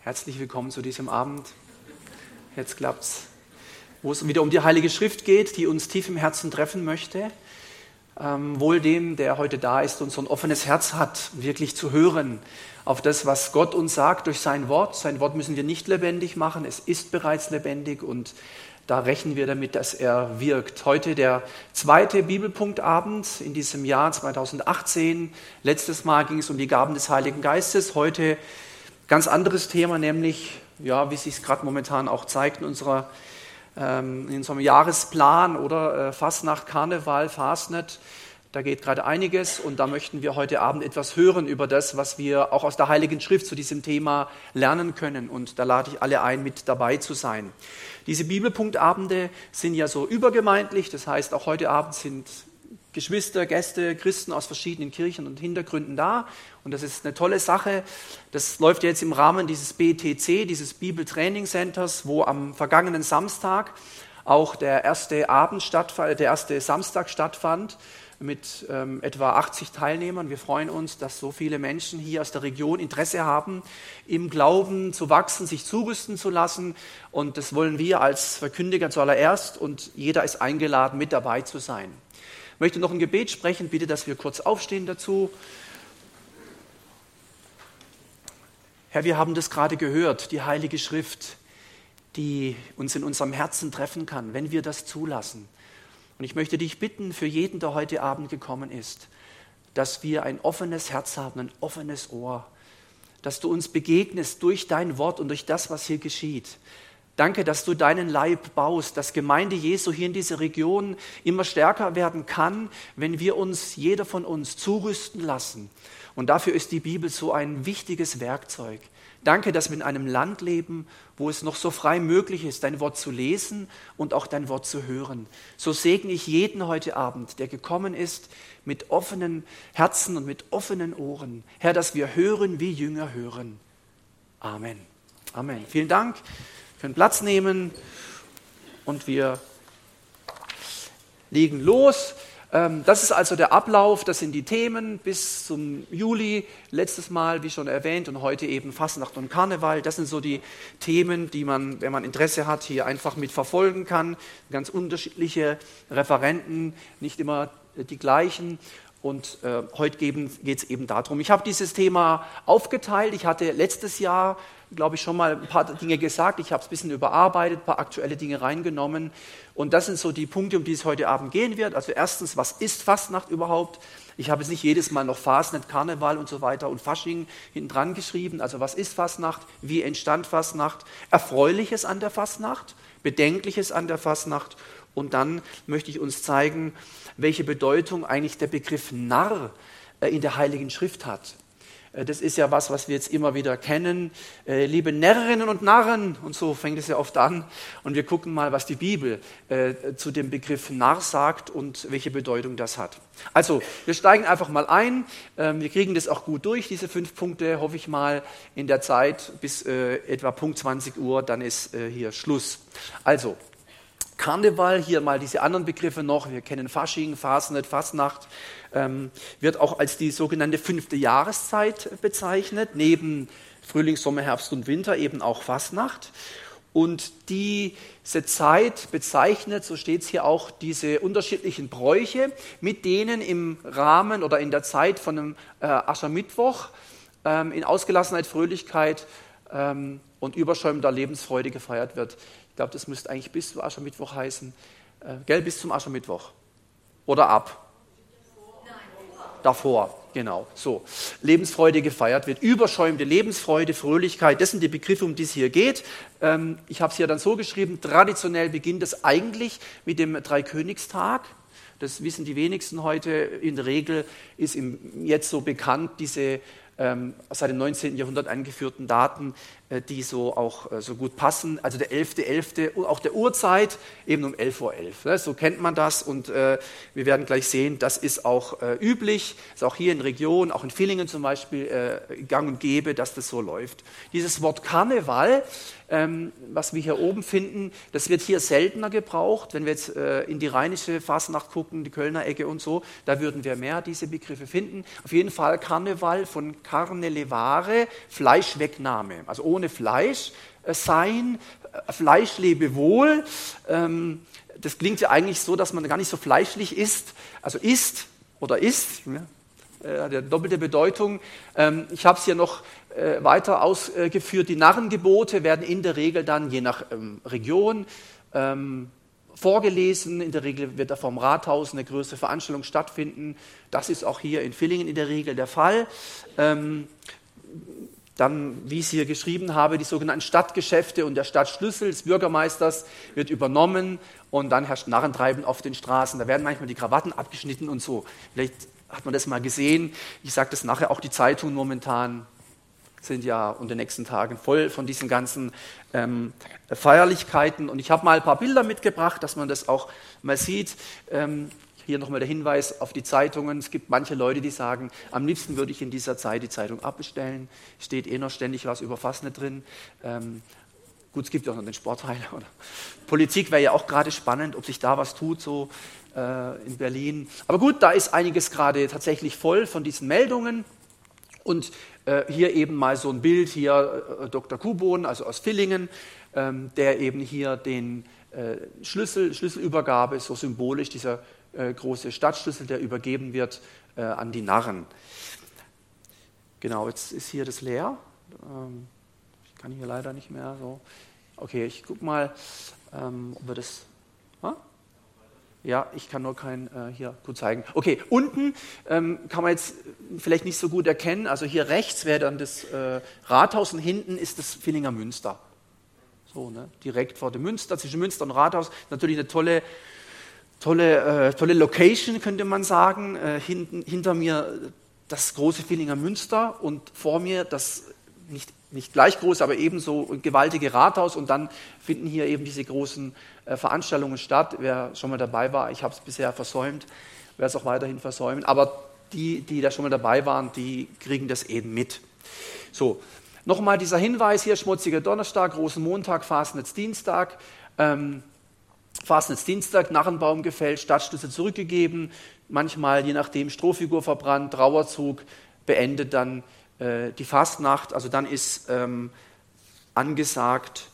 Herzlich willkommen zu diesem Abend. Jetzt klappt's, wo es wieder um die Heilige Schrift geht, die uns tief im Herzen treffen möchte. Wohl dem, der heute da ist und so ein offenes Herz hat, wirklich zu hören auf das, was Gott uns sagt durch sein Wort. Sein Wort müssen wir nicht lebendig machen, es ist bereits lebendig und da rechnen wir damit, dass er wirkt. Heute der zweite Bibelpunktabend in diesem Jahr 2018. Letztes Mal ging es um die Gaben des Heiligen Geistes. Heute ganz anderes Thema, nämlich, ja, wie sich es gerade momentan auch zeigt in unserem Jahresplan oder Fastnacht, Karneval, Fastnet. Da geht gerade einiges und da möchten wir heute Abend etwas hören über das, was wir auch aus der Heiligen Schrift zu diesem Thema lernen können. Und da lade ich alle ein, mit dabei zu sein. Diese Bibelpunktabende sind ja so übergemeindlich, das heißt, auch heute Abend sind Geschwister, Gäste, Christen aus verschiedenen Kirchen und Hintergründen da. Und das ist eine tolle Sache. Das läuft jetzt im Rahmen dieses BTC, dieses Bibeltraining Centers, wo am vergangenen Samstag auch der erste Samstag stattfand mit etwa 80 Teilnehmern. Wir freuen uns, dass so viele Menschen hier aus der Region Interesse haben, im Glauben zu wachsen, sich zurüsten zu lassen. Und das wollen wir als Verkündiger zuallererst. Und jeder ist eingeladen, mit dabei zu sein. Ich möchte noch ein Gebet sprechen, bitte, dass wir kurz aufstehen dazu. Herr, wir haben das gerade gehört, die Heilige Schrift, die uns in unserem Herzen treffen kann, wenn wir das zulassen. Und ich möchte dich bitten, für jeden, der heute Abend gekommen ist, dass wir ein offenes Herz haben, ein offenes Ohr, dass du uns begegnest durch dein Wort und durch das, was hier geschieht. Danke, dass du deinen Leib baust, dass Gemeinde Jesu hier in dieser Region immer stärker werden kann, wenn wir uns, jeder von uns, zurüsten lassen. Und dafür ist die Bibel so ein wichtiges Werkzeug. Danke, dass wir in einem Land leben, wo es noch so frei möglich ist, dein Wort zu lesen und auch dein Wort zu hören. So segne ich jeden heute Abend, der gekommen ist, mit offenen Herzen und mit offenen Ohren. Herr, dass wir hören, wie Jünger hören. Amen. Amen. Vielen Dank. Wir können Platz nehmen und wir legen los. Das ist also der Ablauf, das sind die Themen bis zum Juli, letztes Mal, wie schon erwähnt, und heute eben Fastnacht und Karneval. Das sind so die Themen, die man, wenn man Interesse hat, hier einfach mitverfolgen kann. Ganz unterschiedliche Referenten, nicht immer die gleichen. Und heute geht es eben darum. Ich habe dieses Thema aufgeteilt. Ich hatte letztes Jahr, glaube ich, schon mal ein paar Dinge gesagt. Ich habe es ein bisschen überarbeitet, ein paar aktuelle Dinge reingenommen. Und das sind so die Punkte, um die es heute Abend gehen wird. Also erstens, was ist Fastnacht überhaupt? Ich habe jetzt nicht jedes Mal noch Fastnacht, Karneval und so weiter und Fasching hinten dran geschrieben. Also was ist Fastnacht? Wie entstand Fastnacht? Erfreuliches an der Fastnacht? Bedenkliches an der Fastnacht? Und dann möchte ich uns zeigen, welche Bedeutung eigentlich der Begriff Narr in der Heiligen Schrift hat. Das ist ja was wir jetzt immer wieder kennen. Liebe Närrinnen und Narren, und so fängt es ja oft an. Und wir gucken mal, was die Bibel zu dem Begriff Narr sagt und welche Bedeutung das hat. Also, wir steigen einfach mal ein. Wir kriegen das auch gut durch, diese 5 Punkte, hoffe ich mal, in der Zeit bis etwa Punkt 20 Uhr, dann ist hier Schluss. Also, Karneval, hier mal diese anderen Begriffe noch. Wir kennen Fasching, Fastnet, Fastnacht. Wird auch als die sogenannte 5. Jahreszeit bezeichnet, neben Frühling, Sommer, Herbst und Winter eben auch Fastnacht. Und diese Zeit bezeichnet, so steht es hier auch, diese unterschiedlichen Bräuche, mit denen im Rahmen oder in der Zeit von einem Aschermittwoch in Ausgelassenheit, Fröhlichkeit und überschäumender Lebensfreude gefeiert wird. Ich glaube, das müsste eigentlich bis zum Aschermittwoch heißen. Bis zum Aschermittwoch. Oder ab. Davor, genau. So. Lebensfreude gefeiert wird. Überschäumende Lebensfreude, Fröhlichkeit, das sind die Begriffe, um die es hier geht. Ich habe es hier dann so geschrieben, traditionell beginnt es eigentlich mit dem Dreikönigstag. Das wissen die wenigsten heute. In der Regel ist jetzt so bekannt, diese seit dem 19. Jahrhundert eingeführten Daten, die so auch so gut passen. Also der 11.11., auch der Uhrzeit, eben um 11:11 Uhr. So kennt man das und wir werden gleich sehen, das ist auch üblich, ist auch hier in Regionen, auch in Villingen zum Beispiel gang und gäbe, dass das so läuft. Dieses Wort Karneval was wir hier oben finden, das wird hier seltener gebraucht. Wenn wir jetzt in die rheinische Fasnacht gucken, die Kölner Ecke und so, da würden wir mehr diese Begriffe finden. Auf jeden Fall Karneval von carne levare, Fleischwegnahme, also ohne Fleisch sein, Fleisch lebe wohl. Das klingt ja eigentlich so, dass man gar nicht so fleischlich ist, also isst oder isst, der doppelte Bedeutung. Ich habe es hier noch weiter ausgeführt. Die Narrengebote werden in der Regel dann je nach Region vorgelesen. In der Regel wird da vom Rathaus eine größere Veranstaltung stattfinden. Das ist auch hier in Villingen in der Regel der Fall. Dann, wie ich es hier geschrieben habe, die sogenannten Stadtgeschäfte und der Stadtschlüssel des Bürgermeisters wird übernommen und dann herrscht Narrentreiben auf den Straßen. Da werden manchmal die Krawatten abgeschnitten und so. Vielleicht hat man das mal gesehen. Ich sage das nachher, auch die Zeitungen momentan sind ja in den nächsten Tagen voll von diesen ganzen Feierlichkeiten. Und ich habe mal ein paar Bilder mitgebracht, dass man das auch mal sieht. Hier nochmal der Hinweis auf die Zeitungen. Es gibt manche Leute, die sagen, am liebsten würde ich in dieser Zeit die Zeitung abbestellen. Steht noch ständig was über Fasnet drin. Gut, es gibt ja auch noch den Sportteil. Oder Politik wäre ja auch gerade spannend, ob sich da was tut, so in Berlin. Aber gut, da ist einiges gerade tatsächlich voll von diesen Meldungen. Und hier eben mal so ein Bild, hier Dr. Kubohn, also aus Villingen, der eben hier den Schlüsselübergabe, so symbolisch, dieser große Stadtschlüssel, der übergeben wird an die Narren. Genau, jetzt ist hier das leer. Ich kann hier leider nicht mehr so. Okay, ich gucke mal, ob wir das... Ja, ich kann nur kein hier gut zeigen. Okay, unten kann man jetzt vielleicht nicht so gut erkennen. Also hier rechts wäre dann das Rathaus und hinten ist das Villinger Münster. So, ne? Direkt vor dem Münster, zwischen Münster und Rathaus. Natürlich eine tolle Location, könnte man sagen. Hinter mir das große Villinger Münster und vor mir das nicht gleich groß, aber ebenso gewaltige Rathaus. Und dann finden hier eben diese großen Veranstaltungen statt. Wer schon mal dabei war, ich habe es bisher versäumt, werde es auch weiterhin versäumen. Aber die da schon mal dabei waren, die kriegen das eben mit. So, nochmal dieser Hinweis hier, schmutziger Donnerstag, Rosenmontag, Fastnachtsdienstag. Fastnachtsdienstag, Narrenbaum gefällt, Stadtschlüssel zurückgegeben, manchmal je nachdem Strohfigur verbrannt, Trauerzug, beendet dann die Fastnacht, also dann ist angesagt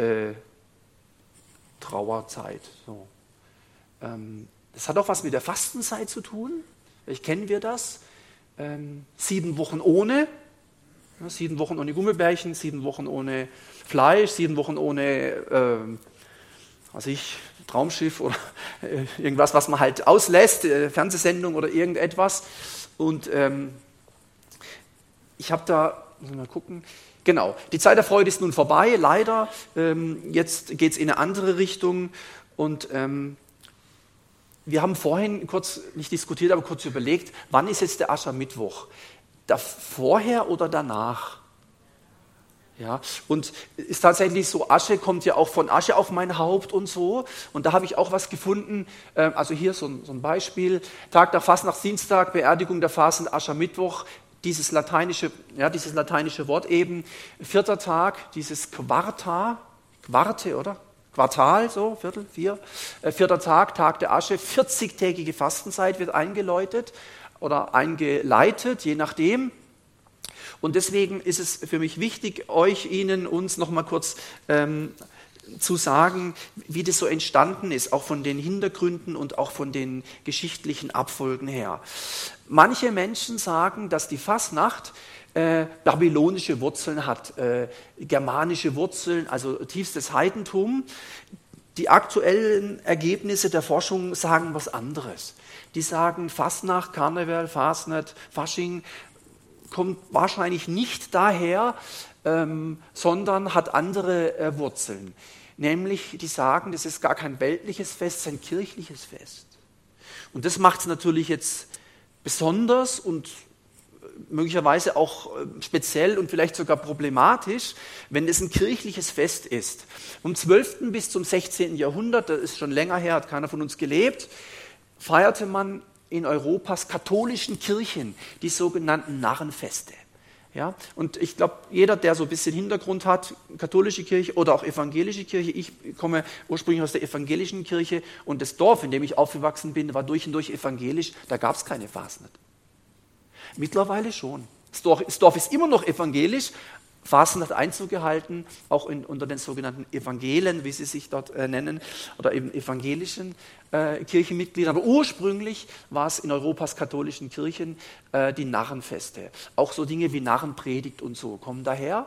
Trauerzeit. So. Das hat auch was mit der Fastenzeit zu tun, vielleicht kennen wir das. 7 Wochen ohne, 7 Wochen ohne Gummibärchen, 7 Wochen ohne Fleisch, 7 Wochen ohne Traumschiff oder irgendwas, was man halt auslässt, Fernsehsendung oder irgendetwas. Und ich habe da, muss ich mal gucken, genau, die Zeit der Freude ist nun vorbei, leider. Jetzt geht es in eine andere Richtung. Und wir haben vorhin kurz, nicht diskutiert, aber kurz überlegt, wann ist jetzt der Aschermittwoch? Vorher oder danach? Ja, und ist tatsächlich so, Asche kommt ja auch von Asche auf mein Haupt und so. Und da habe ich auch was gefunden, also hier so ein Beispiel, Tag der Fastnachtsdienstag, Beerdigung der Fasten, Aschermittwoch, dieses lateinische Wort eben, 4. Tag, dieses Quarte, oder? Quartal, so, Viertel, 4. 4. Tag, Tag der Asche, 40-tägige Fastenzeit wird eingeläutet oder eingeleitet, je nachdem. Und deswegen ist es für mich wichtig, uns noch mal kurz zu sagen, wie das so entstanden ist, auch von den Hintergründen und auch von den geschichtlichen Abfolgen her. Manche Menschen sagen, dass die Fasnacht babylonische Wurzeln hat, germanische Wurzeln, also tiefstes Heidentum. Die aktuellen Ergebnisse der Forschung sagen was anderes. Die sagen, Fasnacht, Karneval, Fasnet, Fasching kommt wahrscheinlich nicht daher, sondern hat andere Wurzeln. Nämlich, die sagen, das ist gar kein weltliches Fest, es ist ein kirchliches Fest. Und das macht es natürlich jetzt besonders und möglicherweise auch speziell und vielleicht sogar problematisch, wenn es ein kirchliches Fest ist. Vom 12. bis zum 16. Jahrhundert, das ist schon länger her, hat keiner von uns gelebt, feierte man in Europas katholischen Kirchen die sogenannten Narrenfeste. Ja? Und ich glaube, jeder, der so ein bisschen Hintergrund hat, katholische Kirche oder auch evangelische Kirche, ich komme ursprünglich aus der evangelischen Kirche und das Dorf, in dem ich aufgewachsen bin, war durch und durch evangelisch, da gab es keine Fasnet. Mittlerweile schon. Das Dorf ist immer noch evangelisch, Fasnet hat Einzug gehalten, auch unter den sogenannten Evangelen, wie sie sich dort nennen, oder eben evangelischen Kirchenmitgliedern. Aber ursprünglich war es in Europas katholischen Kirchen die Narrenfeste. Auch so Dinge wie Narrenpredigt und so kommen daher.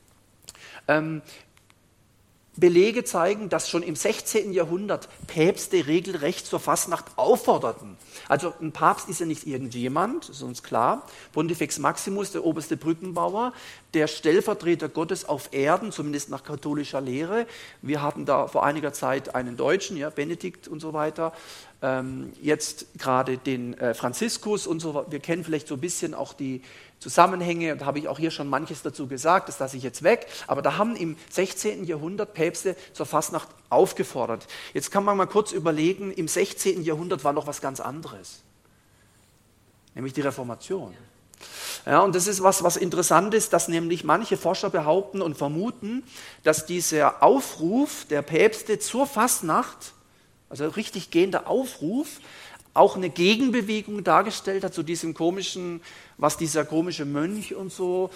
Belege zeigen, dass schon im 16. Jahrhundert Päpste regelrecht zur Fastnacht aufforderten. Also ein Papst ist ja nicht irgendjemand, ist uns klar. Pontifex Maximus, der oberste Brückenbauer, der Stellvertreter Gottes auf Erden, zumindest nach katholischer Lehre. Wir hatten da vor einiger Zeit einen Deutschen, ja, Benedikt und so weiter. Jetzt gerade den Franziskus und so weiter. Wir kennen vielleicht so ein bisschen auch die Zusammenhänge, und da habe ich auch hier schon manches dazu gesagt, das lasse ich jetzt weg, aber da haben im 16. Jahrhundert Päpste zur Fastnacht aufgefordert. Jetzt kann man mal kurz überlegen, im 16. Jahrhundert war noch was ganz anderes, nämlich die Reformation. Ja, und das ist was interessant ist, dass nämlich manche Forscher behaupten und vermuten, dass dieser Aufruf der Päpste zur Fastnacht, also ein richtig gehender Aufruf, auch eine Gegenbewegung dargestellt hat zu diesem komischen, was dieser komische Mönch und so,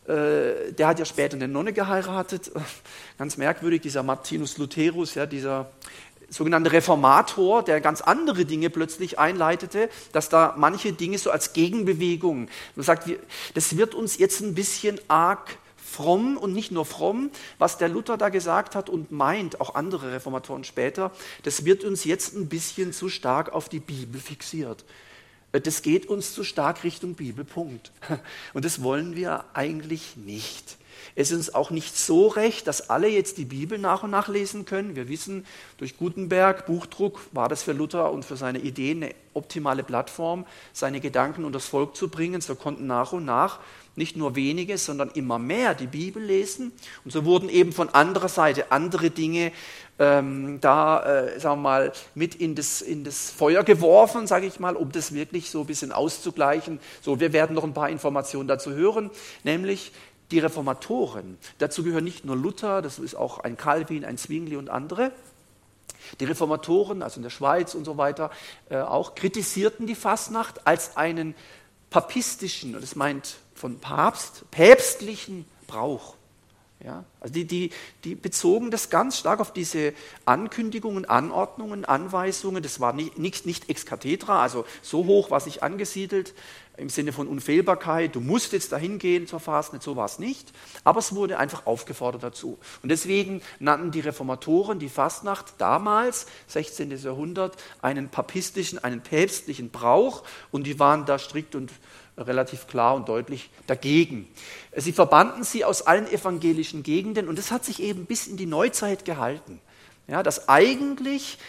der hat ja später eine Nonne geheiratet, ganz merkwürdig, dieser Martinus Lutherus, ja, dieser sogenannte Reformator, der ganz andere Dinge plötzlich einleitete, dass da manche Dinge so als Gegenbewegung, man sagt, das wird uns jetzt ein bisschen arg fromm und nicht nur fromm, was der Luther da gesagt hat und meint, auch andere Reformatoren später, das wird uns jetzt ein bisschen zu stark auf die Bibel fixiert. Das geht uns zu stark Richtung Bibel, Punkt. Und das wollen wir eigentlich nicht. Es ist uns auch nicht so recht, dass alle jetzt die Bibel nach und nach lesen können. Wir wissen, durch Gutenberg, Buchdruck, war das für Luther und für seine Ideen eine optimale Plattform, seine Gedanken unter das Volk zu bringen. So konnten nach und nach nicht nur wenige, sondern immer mehr die Bibel lesen. Und so wurden eben von anderer Seite andere Dinge sagen wir mal, mit in das Feuer geworfen, sage ich mal, um das wirklich so ein bisschen auszugleichen. So, wir werden noch ein paar Informationen dazu hören, nämlich die Reformatoren. Dazu gehören nicht nur Luther, das ist auch ein Calvin, ein Zwingli und andere. Die Reformatoren, also in der Schweiz und so weiter, auch kritisierten die Fastnacht als einen papistischen, und das meint von päpstlichen Brauch. Ja, also die bezogen das ganz stark auf diese Ankündigungen, Anordnungen, Anweisungen. Das war nicht ex cathedra, also so hoch war es nicht angesiedelt im Sinne von Unfehlbarkeit. Du musst jetzt dahin gehen zur Fastnacht, so war es nicht. Aber es wurde einfach aufgefordert dazu. Und deswegen nannten die Reformatoren die Fastnacht damals, 16. Jahrhundert, einen papistischen, einen päpstlichen Brauch. Und die waren da strikt und relativ klar und deutlich dagegen. Sie verbannten sie aus allen evangelischen Gegenden und das hat sich eben bis in die Neuzeit gehalten. Ja, dass eigentlich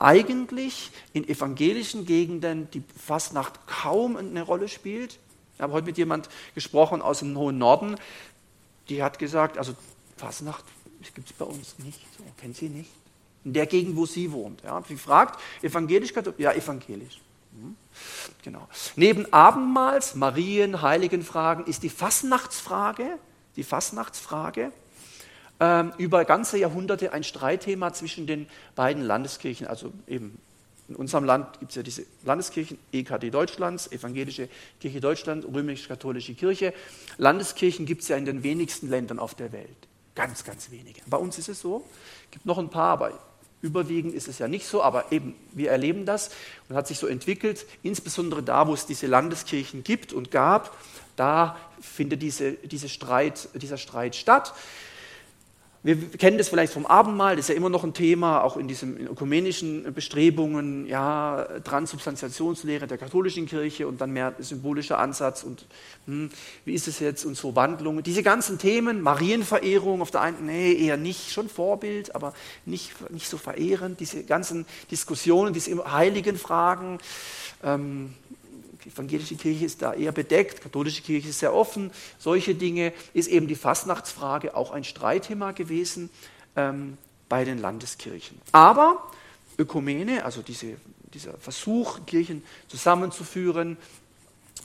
in evangelischen Gegenden die Fastnacht kaum eine Rolle spielt. Ich habe heute mit jemand gesprochen aus dem hohen Norden, die hat gesagt, also Fastnacht gibt es bei uns nicht, so, kennt sie nicht. In der Gegend, wo sie wohnt. Ja. Sie fragt, evangelisch, katholisch? Ja, evangelisch. Genau. Neben Abendmahls, Marien, Heiligenfragen ist die Fastnachtsfrage über ganze Jahrhunderte ein Streitthema zwischen den beiden Landeskirchen. Also eben in unserem Land gibt es ja diese Landeskirchen, EKD Deutschlands, Evangelische Kirche Deutschland, Römisch-Katholische Kirche. Landeskirchen gibt es ja in den wenigsten Ländern auf der Welt. Ganz, ganz wenige. Bei uns ist es so, es gibt noch ein paar, aber überwiegend ist es ja nicht so, aber eben, wir erleben das und hat sich so entwickelt, insbesondere da, wo es diese Landeskirchen gibt und gab, da findet dieser Streit statt. Wir kennen das vielleicht vom Abendmahl, das ist ja immer noch ein Thema, auch in diesen ökumenischen Bestrebungen, ja, Transubstantiationslehre der katholischen Kirche und dann mehr symbolischer Ansatz und wie ist es jetzt und so Wandlungen. Diese ganzen Themen, Marienverehrung auf der einen, nee, eher nicht, schon Vorbild, aber nicht so verehrend, diese ganzen Diskussionen, diese heiligen Fragen, die evangelische Kirche ist da eher bedeckt, katholische Kirche ist sehr offen. Solche Dinge ist eben die Fastnachtsfrage auch ein Streitthema gewesen bei den Landeskirchen. Aber Ökumene, also dieser Versuch, Kirchen zusammenzuführen,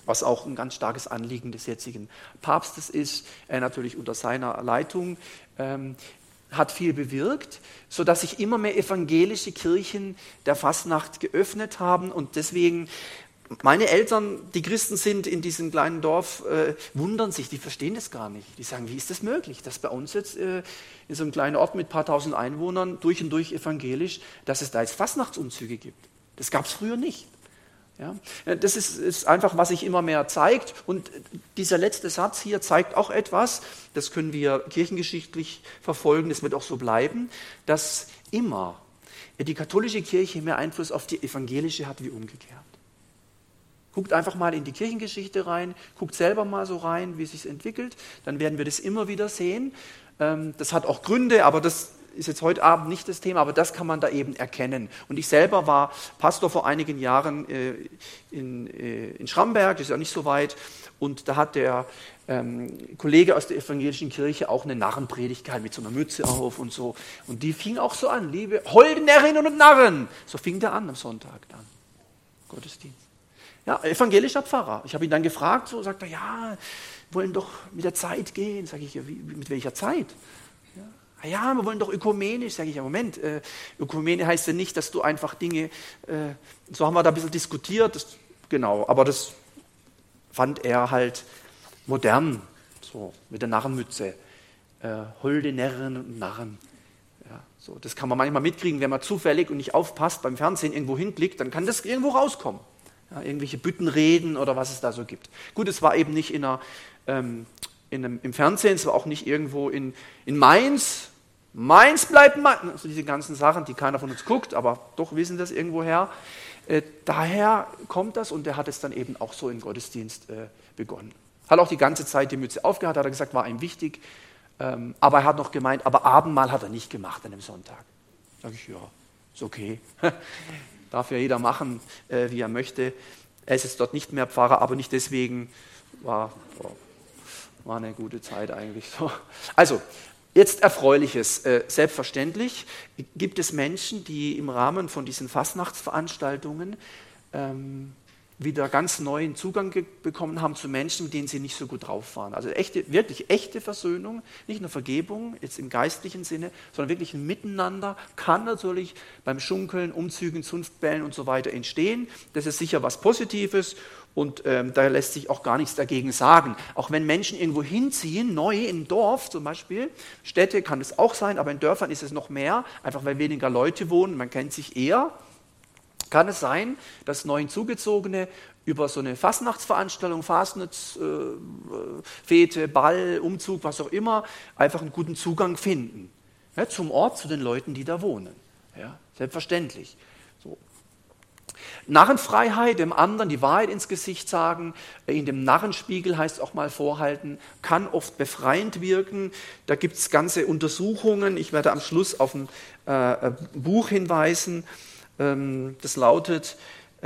was auch ein ganz starkes Anliegen des jetzigen Papstes ist, er natürlich unter seiner Leitung, hat viel bewirkt, sodass sich immer mehr evangelische Kirchen der Fastnacht geöffnet haben und deswegen meine Eltern, die Christen sind in diesem kleinen Dorf, wundern sich, die verstehen das gar nicht. Die sagen, wie ist das möglich, dass bei uns jetzt in so einem kleinen Ort mit ein paar tausend Einwohnern durch und durch evangelisch, dass es da jetzt Fastnachtsumzüge gibt. Das gab es früher nicht. Ja? Das ist einfach, was sich immer mehr zeigt. Und dieser letzte Satz hier zeigt auch etwas, das können wir kirchengeschichtlich verfolgen, das wird auch so bleiben, dass immer die katholische Kirche mehr Einfluss auf die evangelische hat wie umgekehrt. Guckt einfach mal in die Kirchengeschichte rein, guckt selber mal so rein, wie es sich entwickelt, dann werden wir das immer wieder sehen. Das hat auch Gründe, aber das ist jetzt heute Abend nicht das Thema, aber das kann man da eben erkennen. Und ich selber war Pastor vor einigen Jahren in Schramberg, das ist ja nicht so weit, und da hat der Kollege aus der evangelischen Kirche auch eine Narrenpredigt gehalten mit so einer Mütze auf und so. Und die fing auch so an, liebe holde Närrinnen und Narren. So fing der an am Sonntag dann, Gottesdienst. Ja, evangelischer Pfarrer. Ich habe ihn dann gefragt, so sagt er, ja, wollen doch mit der Zeit gehen. Sage ich, ja, mit welcher Zeit? Ja, wir wollen doch ökumenisch. Sage ich, ja, Moment, Ökumene heißt ja nicht, dass du einfach Dinge, so haben wir da ein bisschen diskutiert, genau, aber das fand er halt modern, so mit der Narrenmütze. Holde Närrinnen und Narren. Ja, so, das kann man manchmal mitkriegen, wenn man zufällig und nicht aufpasst, beim Fernsehen irgendwo hinklickt, dann kann das irgendwo rauskommen. Ja, irgendwelche Büttenreden oder was es da so gibt. Gut, es war eben nicht im Fernsehen, es war auch nicht irgendwo in Mainz. Mainz bleibt Mainz. Also diese ganzen Sachen, die keiner von uns guckt, aber doch wissen das irgendwoher. Daher kommt das und er hat es dann eben auch so im Gottesdienst begonnen. Hat auch die ganze Zeit die Mütze aufgehabt, hat er gesagt, war ihm wichtig. Aber er hat noch gemeint, aber Abendmahl hat er nicht gemacht an dem Sonntag. Sag ich, ja, ist okay. Darf ja jeder machen, wie er möchte. Er ist jetzt dort nicht mehr Pfarrer, aber nicht deswegen. War eine gute Zeit eigentlich so. Also, jetzt Erfreuliches. Selbstverständlich gibt es Menschen, die im Rahmen von diesen Fastnachtsveranstaltungen wieder ganz neuen Zugang bekommen haben zu Menschen, mit denen sie nicht so gut drauf waren. Also wirklich echte Versöhnung, nicht nur Vergebung, jetzt im geistlichen Sinne, sondern wirklich ein Miteinander kann natürlich beim Schunkeln, Umzügen, Zunftbällen und so weiter entstehen. Das ist sicher was Positives und da lässt sich auch gar nichts dagegen sagen. Auch wenn Menschen irgendwo hinziehen, neu in ein Dorf zum Beispiel, Städte kann es auch sein, aber in Dörfern ist es noch mehr, einfach weil weniger Leute wohnen, man kennt sich eher. Kann es sein, dass neu Zugezogene über so eine Fastnachtsveranstaltung, Fastnachtsfete, Ball, Umzug, was auch immer, einfach einen guten Zugang finden, ja, zum Ort, zu den Leuten, die da wohnen. Ja, selbstverständlich. So. Narrenfreiheit, dem anderen die Wahrheit ins Gesicht sagen, in dem Narrenspiegel heißt auch mal vorhalten, kann oft befreiend wirken. Da gibt es ganze Untersuchungen. Ich werde am Schluss auf ein Buch hinweisen. Das lautet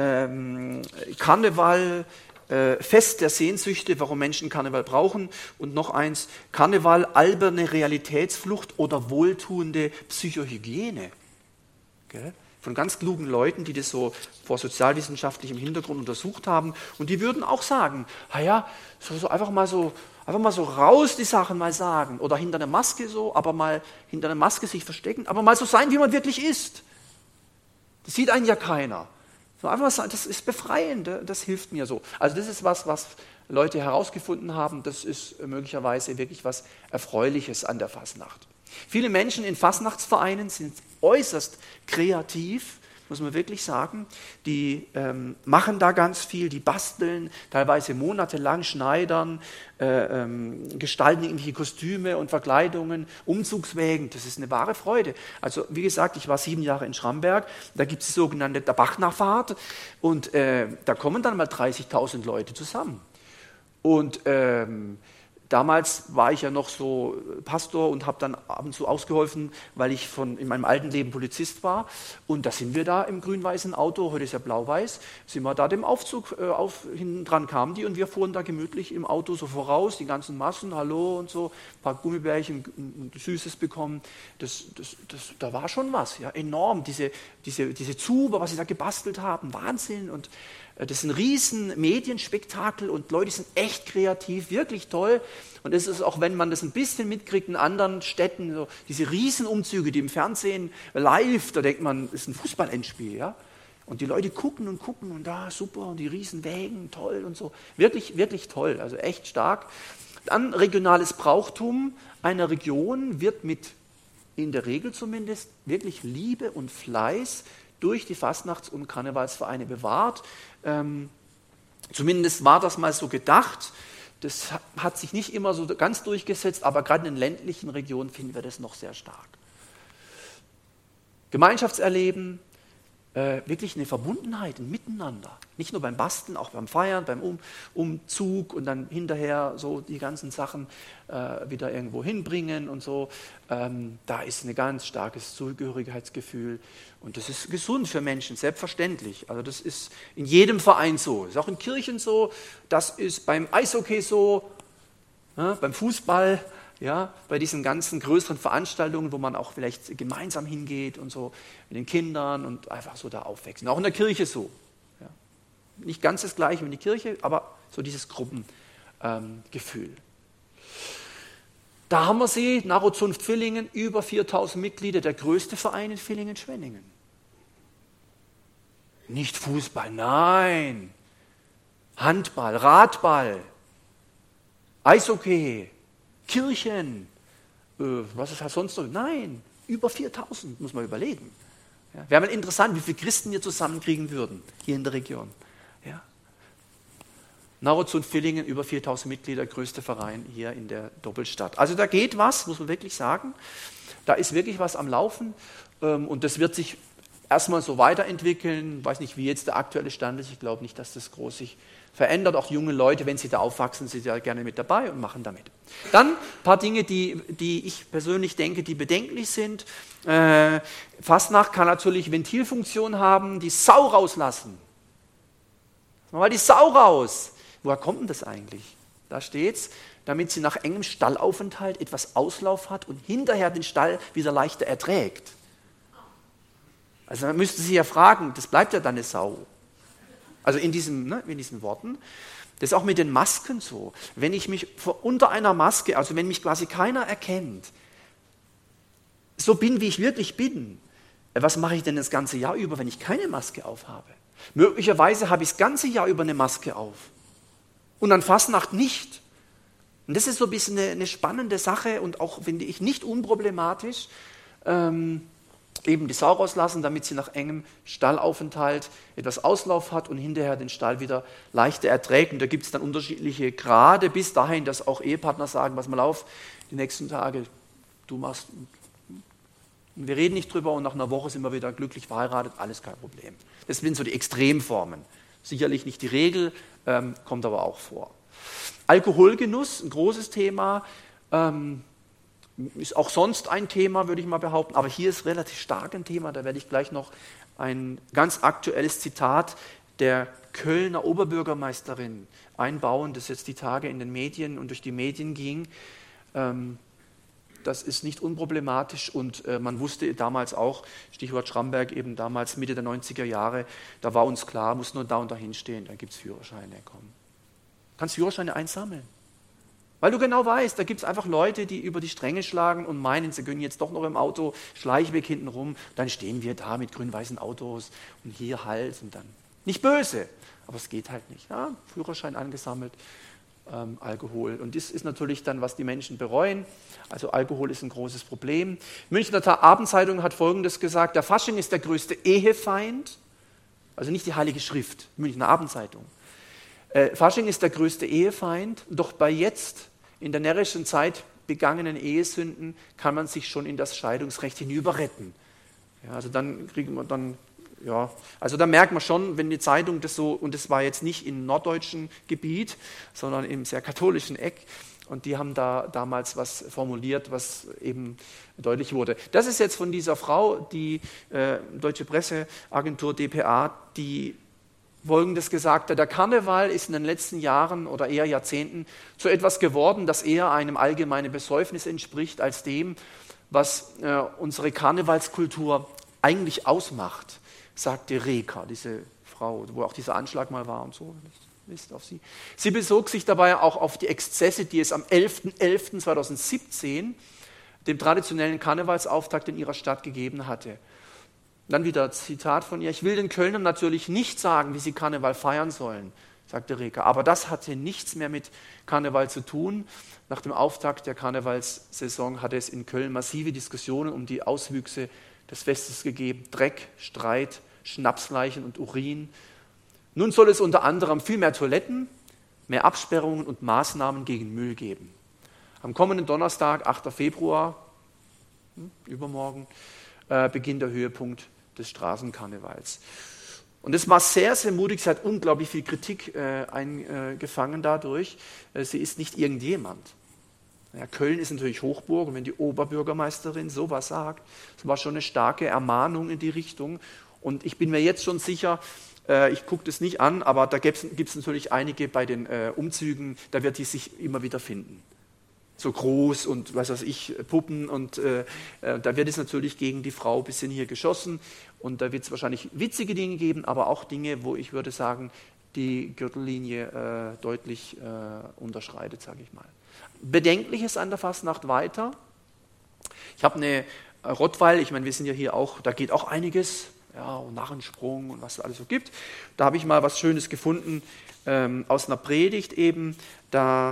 Karneval, Fest der Sehnsüchte, warum Menschen Karneval brauchen. Und noch eins, Karneval, alberne Realitätsflucht oder wohltuende Psychohygiene. Gell? Von ganz klugen Leuten, die das so vor sozialwissenschaftlichem Hintergrund untersucht haben. Und die würden auch sagen, ja, so einfach mal so raus die Sachen mal sagen. Oder hinter einer Maske so, aber mal hinter einer Maske sich verstecken, aber mal so sein, wie man wirklich ist. Das sieht einen ja keiner. So einfach mal sagen, das ist befreiend, das hilft mir so. Also das ist was Leute herausgefunden haben, das ist möglicherweise wirklich was Erfreuliches an der Fasnacht. Viele Menschen in Fastnachtsvereinen sind äußerst kreativ, muss man wirklich sagen. Die machen da ganz viel, die basteln, teilweise monatelang schneidern, gestalten irgendwelche Kostüme und Verkleidungen, Umzugswägen, das ist eine wahre Freude. Also wie gesagt, ich war 7 Jahre in Schramberg, da gibt es die sogenannte Bachnerfahrt und da kommen dann mal 30.000 Leute zusammen. Und damals war ich ja noch so Pastor und habe dann ab und zu ausgeholfen, weil ich in meinem alten Leben Polizist war. Und da sind wir da im grün-weißen Auto, heute ist ja blau-weiß, sind wir da dem Aufzug, hinten dran kamen die und wir fuhren da gemütlich im Auto so voraus, die ganzen Massen, hallo und so, ein paar Gummibärchen, Süßes bekommen. Da war schon was, ja, enorm, diese Zuber, was sie da gebastelt haben, Wahnsinn. Und Das sind riesen Medienspektakel und Leute sind echt kreativ, wirklich toll. Und es ist auch, wenn man das ein bisschen mitkriegt in anderen Städten, so diese Riesenumzüge, die im Fernsehen live, da denkt man, das ist ein Fußballendspiel, ja. Und die Leute gucken und da super und die Riesenwägen, toll und so. Wirklich, wirklich toll, also echt stark. Dann regionales Brauchtum einer Region wird mit, in der Regel zumindest, wirklich Liebe und Fleiß durch die Fastnachts- und Karnevalsvereine bewahrt. Zumindest war das mal so gedacht. Das hat sich nicht immer so ganz durchgesetzt, aber gerade in den ländlichen Regionen finden wir das noch sehr stark. Gemeinschaftserleben, wirklich eine Verbundenheit, ein Miteinander. Nicht nur beim Basteln, auch beim Feiern, beim Umzug und dann hinterher so die ganzen Sachen wieder irgendwo hinbringen und so. Da ist ein ganz starkes Zugehörigkeitsgefühl und das ist gesund für Menschen, selbstverständlich. Also das ist in jedem Verein so, das ist auch in Kirchen so, das ist beim Eishockey so, ja, beim Fußball. Ja, bei diesen ganzen größeren Veranstaltungen, wo man auch vielleicht gemeinsam hingeht und so mit den Kindern und einfach so da aufwächst. Auch in der Kirche so. Ja. Nicht ganz das Gleiche wie in der Kirche, aber so dieses Gruppengefühl. Da haben wir sie, Narozunft Villingen, über 4000 Mitglieder, der größte Verein in Villingen-Schwenningen. Nicht Fußball, nein. Handball, Radball, Eishockey, Kirchen, was ist das sonst noch? Nein, über 4000, muss man überlegen. Ja, wäre mal interessant, wie viele Christen wir zusammenkriegen würden, hier in der Region. Ja. Narozunft Villingen, über 4000 Mitglieder, größter Verein hier in der Doppelstadt. Also da geht was, muss man wirklich sagen. Da ist wirklich was am Laufen und das wird sich erstmal so weiterentwickeln. Ich weiß nicht, wie jetzt der aktuelle Stand ist. Ich glaube nicht, dass das groß sich verändert. Auch junge Leute, wenn sie da aufwachsen, sind ja gerne mit dabei und machen damit. Dann ein paar Dinge, die ich persönlich denke, die bedenklich sind. Fastnacht kann natürlich Ventilfunktion haben, die Sau rauslassen. Mal die Sau raus. Woher kommt denn das eigentlich? Da steht's, damit sie nach engem Stallaufenthalt etwas Auslauf hat und hinterher den Stall wieder leichter erträgt. Also man müsste sich ja fragen, das bleibt ja dann eine Sau. Also in diesen Worten. Das ist auch mit den Masken so. Wenn ich mich unter einer Maske, also wenn mich quasi keiner erkennt, so bin, wie ich wirklich bin, was mache ich denn das ganze Jahr über, wenn ich keine Maske aufhabe? Möglicherweise habe ich das ganze Jahr über eine Maske auf und an Fastnacht nicht. Und das ist so ein bisschen eine spannende Sache und auch, finde ich, nicht unproblematisch. Eben die Sau rauslassen, damit sie nach engem Stallaufenthalt etwas Auslauf hat und hinterher den Stall wieder leichter erträgt. Und da gibt es dann unterschiedliche Grade, bis dahin, dass auch Ehepartner sagen, pass mal auf, die nächsten Tage, du machst, wir reden nicht drüber und nach einer Woche sind wir wieder glücklich verheiratet, alles kein Problem. Das sind so die Extremformen. Sicherlich nicht die Regel, kommt aber auch vor. Alkoholgenuss, ein großes Thema, ist auch sonst ein Thema, würde ich mal behaupten, aber hier ist relativ stark ein Thema, da werde ich gleich noch ein ganz aktuelles Zitat der Kölner Oberbürgermeisterin einbauen, das jetzt die Tage in den Medien und durch die Medien ging. Das ist nicht unproblematisch und man wusste damals auch, Stichwort Schramberg, eben damals Mitte der 90er Jahre, da war uns klar, muss nur da und dahin stehen, dann gibt es Führerscheine. Komm. Kannst Führerscheine einsammeln. Weil du genau weißt, da gibt es einfach Leute, die über die Stränge schlagen und meinen, sie können jetzt doch noch im Auto Schleichweg hinten rum. Dann stehen wir da mit grün-weißen Autos und hier halt und dann. Nicht böse, aber es geht halt nicht. Ja? Führerschein angesammelt, Alkohol. Und das ist natürlich dann, was die Menschen bereuen. Also Alkohol ist ein großes Problem. Münchner Abendzeitung hat Folgendes gesagt, der Fasching ist der größte Ehefeind, also nicht die Heilige Schrift, Münchner Abendzeitung. Fasching ist der größte Ehefeind, doch bei jetzt in der närrischen Zeit begangenen Ehesünden kann man sich schon in das Scheidungsrecht hinüberretten. Ja, also dann kriegen wir dann, ja, also da merkt man schon, wenn die Zeitung das so, und das war jetzt nicht im norddeutschen Gebiet, sondern im sehr katholischen Eck, und die haben da damals was formuliert, was eben deutlich wurde. Das ist jetzt von dieser Frau, die Deutsche Presseagentur dpa, die Folgendes gesagt hat, der Karneval ist in den letzten Jahren oder eher Jahrzehnten zu etwas geworden, das eher einem allgemeinen Besäufnis entspricht, als dem, was unsere Karnevalskultur eigentlich ausmacht, sagte Reker, diese Frau, wo auch dieser Anschlag mal war und so. Mist auf sie. Sie bezog sich dabei auch auf die Exzesse, die es am 11.11.2017, dem traditionellen Karnevalsauftakt in ihrer Stadt gegeben hatte. Dann wieder Zitat von ihr: Ich will den Kölnern natürlich nicht sagen, wie sie Karneval feiern sollen, sagte Reker. Aber das hatte nichts mehr mit Karneval zu tun. Nach dem Auftakt der Karnevalssaison hatte es in Köln massive Diskussionen um die Auswüchse des Festes gegeben. Dreck, Streit, Schnapsleichen und Urin. Nun soll es unter anderem viel mehr Toiletten, mehr Absperrungen und Maßnahmen gegen Müll geben. Am kommenden Donnerstag, 8. Februar, übermorgen, beginnt der Höhepunkt des Straßenkarnevals. Und es war sehr, sehr mutig. Sie hat unglaublich viel Kritik eingefangen dadurch. Sie ist nicht irgendjemand. Ja, Köln ist natürlich Hochburg, und wenn die Oberbürgermeisterin sowas sagt, das war schon eine starke Ermahnung in die Richtung. Und ich bin mir jetzt schon sicher, ich gucke das nicht an, aber da gibt es natürlich einige bei den Umzügen, da wird die sich immer wieder finden. So groß und was weiß ich, Puppen, und da wird es natürlich gegen die Frau ein bisschen hier geschossen, und da wird es wahrscheinlich witzige Dinge geben, aber auch Dinge, wo ich würde sagen, die Gürtellinie deutlich unterschreitet, sage ich mal. Bedenkliches an der Fastnacht weiter. Ich habe eine Rottweil, ich meine, wir sind ja hier auch, da geht auch einiges, ja, und Narrensprung und was es alles so gibt. Da habe ich mal was Schönes gefunden aus einer Predigt eben, das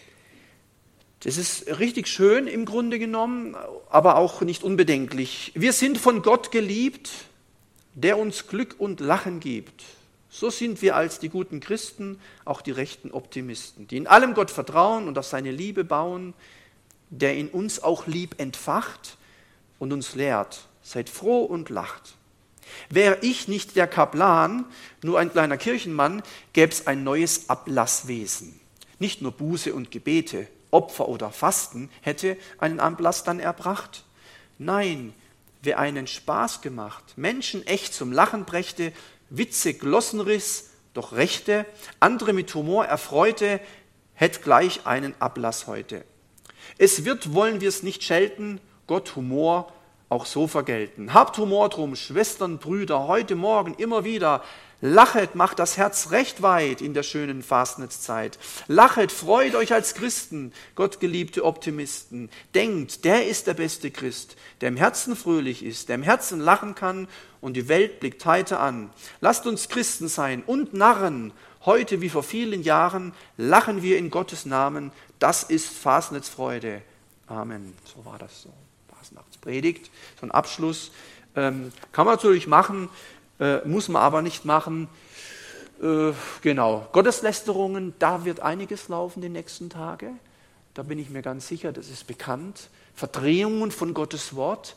ist richtig schön im Grunde genommen, aber auch nicht unbedenklich. Wir sind von Gott geliebt, der uns Glück und Lachen gibt. So sind wir als die guten Christen auch die rechten Optimisten, die in allem Gott vertrauen und auf seine Liebe bauen, der in uns auch Lieb entfacht und uns lehrt. Seid froh und lacht. Wäre ich nicht der Kaplan, nur ein kleiner Kirchenmann, gäbe es ein neues Ablasswesen. Nicht nur Buße und Gebete, Opfer oder Fasten hätte einen Ablass dann erbracht. Nein, wer einen Spaß gemacht, Menschen echt zum Lachen brächte, Witze glossen riss, doch Rechte, andere mit Humor erfreute, hätt gleich einen Ablass heute. Es wird, wollen wir es nicht schelten, Gott Humor auch so vergelten. Habt Humor drum, Schwestern, Brüder, heute Morgen immer wieder. Lachet, macht das Herz recht weit in der schönen Fastnetzzeit. Lachet, freut euch als Christen, gottgeliebte Optimisten. Denkt, der ist der beste Christ, der im Herzen fröhlich ist, der im Herzen lachen kann und die Welt blickt heiter an. Lasst uns Christen sein und Narren. Heute wie vor vielen Jahren lachen wir in Gottes Namen. Das ist Fastnetzfreude. Amen. So war das so. Fastnachtspredigt, so ein Abschluss. Kann man natürlich machen, muss man aber nicht machen. Genau. Gotteslästerungen, da wird einiges laufen die nächsten Tage. Da bin ich mir ganz sicher, das ist bekannt. Verdrehungen von Gottes Wort.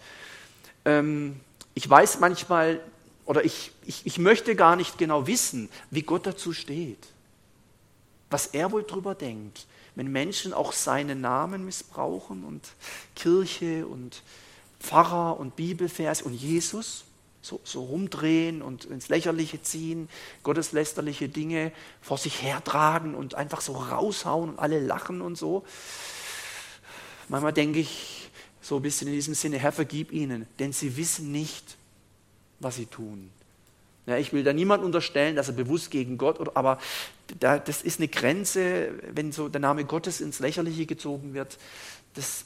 Ich weiß manchmal, oder ich möchte gar nicht genau wissen, wie Gott dazu steht. Was er wohl drüber denkt, wenn Menschen auch seinen Namen missbrauchen und Kirche und Pfarrer und Bibelvers und Jesus so rumdrehen und ins Lächerliche ziehen, gotteslästerliche Dinge vor sich hertragen und einfach so raushauen und alle lachen und so. Manchmal denke ich so ein bisschen in diesem Sinne, Herr, vergib ihnen, denn sie wissen nicht, was sie tun. Ja, ich will da niemand unterstellen, dass er bewusst gegen Gott, aber das ist eine Grenze, wenn so der Name Gottes ins Lächerliche gezogen wird. Das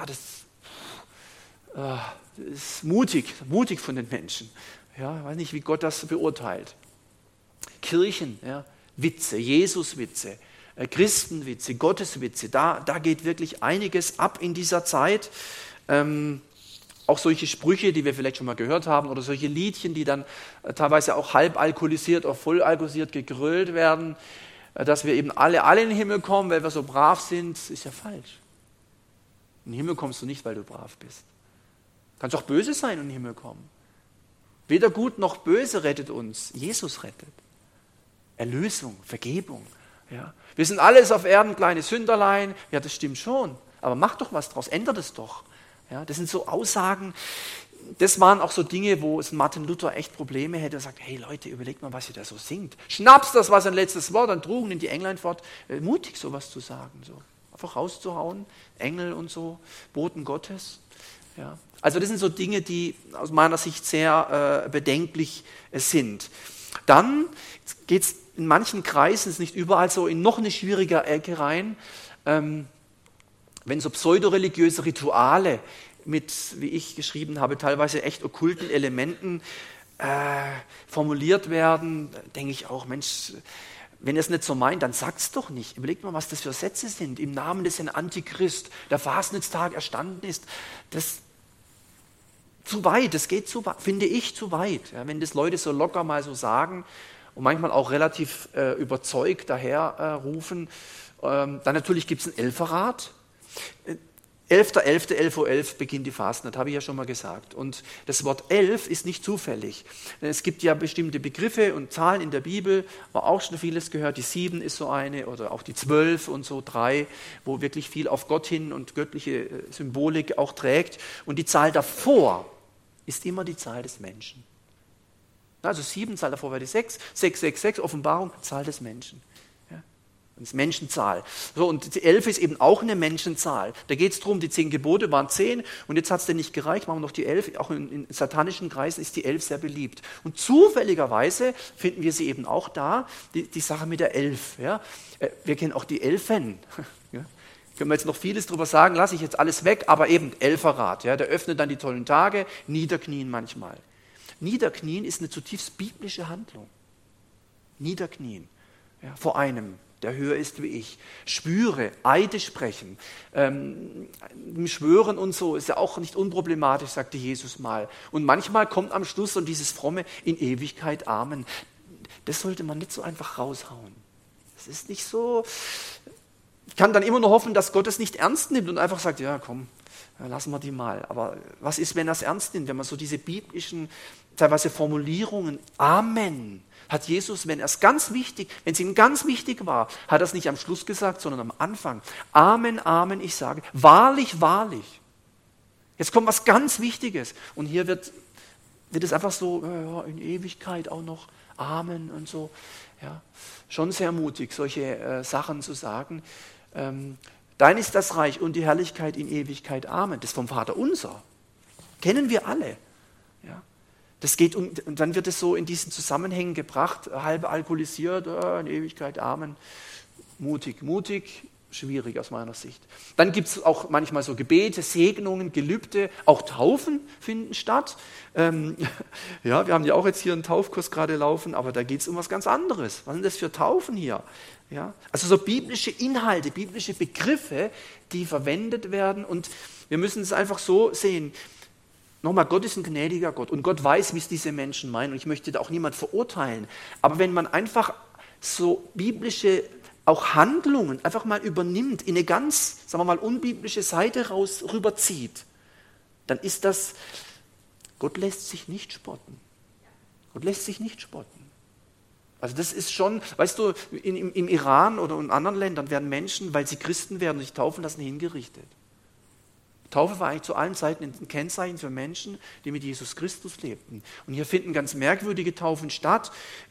ist mutig von den Menschen. Ja, ich weiß nicht, wie Gott das beurteilt. Kirchen, ja, Witze, Jesuswitze, Christenwitze, Gotteswitze, da geht wirklich einiges ab in dieser Zeit. Auch solche Sprüche, die wir vielleicht schon mal gehört haben, oder solche Liedchen, die dann teilweise auch halb alkoholisiert oder voll alkoholisiert gegrölt werden, dass wir eben alle in den Himmel kommen, weil wir so brav sind, ist ja falsch. In den Himmel kommst du nicht, weil du brav bist. Du kannst auch böse sein und in den Himmel kommen. Weder gut noch böse rettet uns. Jesus rettet. Erlösung, Vergebung. Ja. Wir sind alles auf Erden kleine Sünderlein. Ja, das stimmt schon. Aber mach doch was draus, ändert es doch. Ja, das sind so Aussagen, das waren auch so Dinge, wo es Martin Luther echt Probleme hätte. Er sagt, hey Leute, überlegt mal, was ihr da so singt. Schnaps, das war sein letztes Wort, dann trugen ihn die Englein fort. Mutig, sowas zu sagen. So. Einfach rauszuhauen, Engel und so, Boten Gottes. Ja. Also das sind so Dinge, die aus meiner Sicht sehr bedenklich sind. Dann geht es in manchen Kreisen, ist nicht überall so, in noch eine schwierige Ecke rein, wenn so pseudoreligiöse Rituale mit, wie ich geschrieben habe, teilweise echt okkulten Elementen formuliert werden, denke ich auch, Mensch, wenn ihr es nicht so meint, dann sagt es doch nicht. Überlegt mal, was das für Sätze sind. Im Namen des Herrn Antichrist, der Fastenztag erstanden ist. Das zu weit, das geht zu weit, finde ich zu weit. Ja, wenn das Leute so locker mal so sagen und manchmal auch relativ überzeugt daher rufen. Dann natürlich gibt es einen Elferrat. 11.11., 11.11 Uhr beginnt die Fastnacht, habe ich ja schon mal gesagt. Und das Wort 11 ist nicht zufällig. Es gibt ja bestimmte Begriffe und Zahlen in der Bibel, wo auch schon vieles gehört. Die 7 ist so eine oder auch die 12 und so 3, wo wirklich viel auf Gott hin und göttliche Symbolik auch trägt. Und die Zahl davor ist immer die Zahl des Menschen. Also 7, Zahl davor war die 6, 6, Offenbarung, Zahl des Menschen. Das ist Menschenzahl. So, und die 11 ist eben auch eine Menschenzahl. Da geht es darum, die 10 Gebote waren 10 und jetzt hat es denn nicht gereicht, machen wir noch die 11. Auch in satanischen Kreisen ist die 11 sehr beliebt. Und zufälligerweise finden wir sie eben auch da, die Sache mit der 11. Ja? Wir kennen auch die Elfen. Ja? Können wir jetzt noch vieles drüber sagen, lasse ich jetzt alles weg, aber eben Elferrat. Ja? Der öffnet dann die tollen Tage, Niederknien manchmal. Niederknien ist eine zutiefst biblische Handlung. Niederknien, ja, vor einem, der höher ist wie ich. Schwüre, Eide sprechen, schwören und so, ist ja auch nicht unproblematisch, sagte Jesus mal. Und manchmal kommt am Schluss so dieses fromme in Ewigkeit Amen. Das sollte man nicht so einfach raushauen. Das ist nicht so. Ich kann dann immer nur hoffen, dass Gott es nicht ernst nimmt und einfach sagt, ja komm, lassen wir die mal. Aber was ist, wenn er es ernst nimmt, wenn man so diese biblischen, teilweise Formulierungen, Amen, hat Jesus, wenn es ihm ganz wichtig war, hat er es nicht am Schluss gesagt, sondern am Anfang. Amen, Amen, ich sage, wahrlich, wahrlich. Jetzt kommt was ganz Wichtiges und hier wird es einfach so in Ewigkeit auch noch Amen und so. Ja, schon sehr mutig, solche Sachen zu sagen. Dein ist das Reich und die Herrlichkeit in Ewigkeit. Amen. Das vom Vater unser. Kennen wir alle. Ja. Das geht und dann wird es so in diesen Zusammenhängen gebracht, halb alkoholisiert, in Ewigkeit, Amen. Mutig, schwierig aus meiner Sicht. Dann gibt es auch manchmal so Gebete, Segnungen, Gelübde, auch Taufen finden statt. Ja, wir haben ja auch jetzt hier einen Taufkurs gerade laufen, aber da geht es um was ganz anderes. Was sind das für Taufen hier? Ja, also so biblische Inhalte, biblische Begriffe, die verwendet werden und wir müssen es einfach so sehen. Nochmal, Gott ist ein gnädiger Gott und Gott weiß, wie es diese Menschen meinen und ich möchte da auch niemand verurteilen. Aber wenn man einfach so biblische auch Handlungen einfach mal übernimmt, in eine ganz, sagen wir mal, unbiblische Seite rüberzieht, dann ist das, Gott lässt sich nicht spotten. Gott lässt sich nicht spotten. Also das ist schon, weißt du, im Iran oder in anderen Ländern werden Menschen, weil sie Christen werden und sich taufen lassen, hingerichtet. Taufe war eigentlich zu allen Zeiten ein Kennzeichen für Menschen, die mit Jesus Christus lebten. Und hier finden ganz merkwürdige Taufen statt.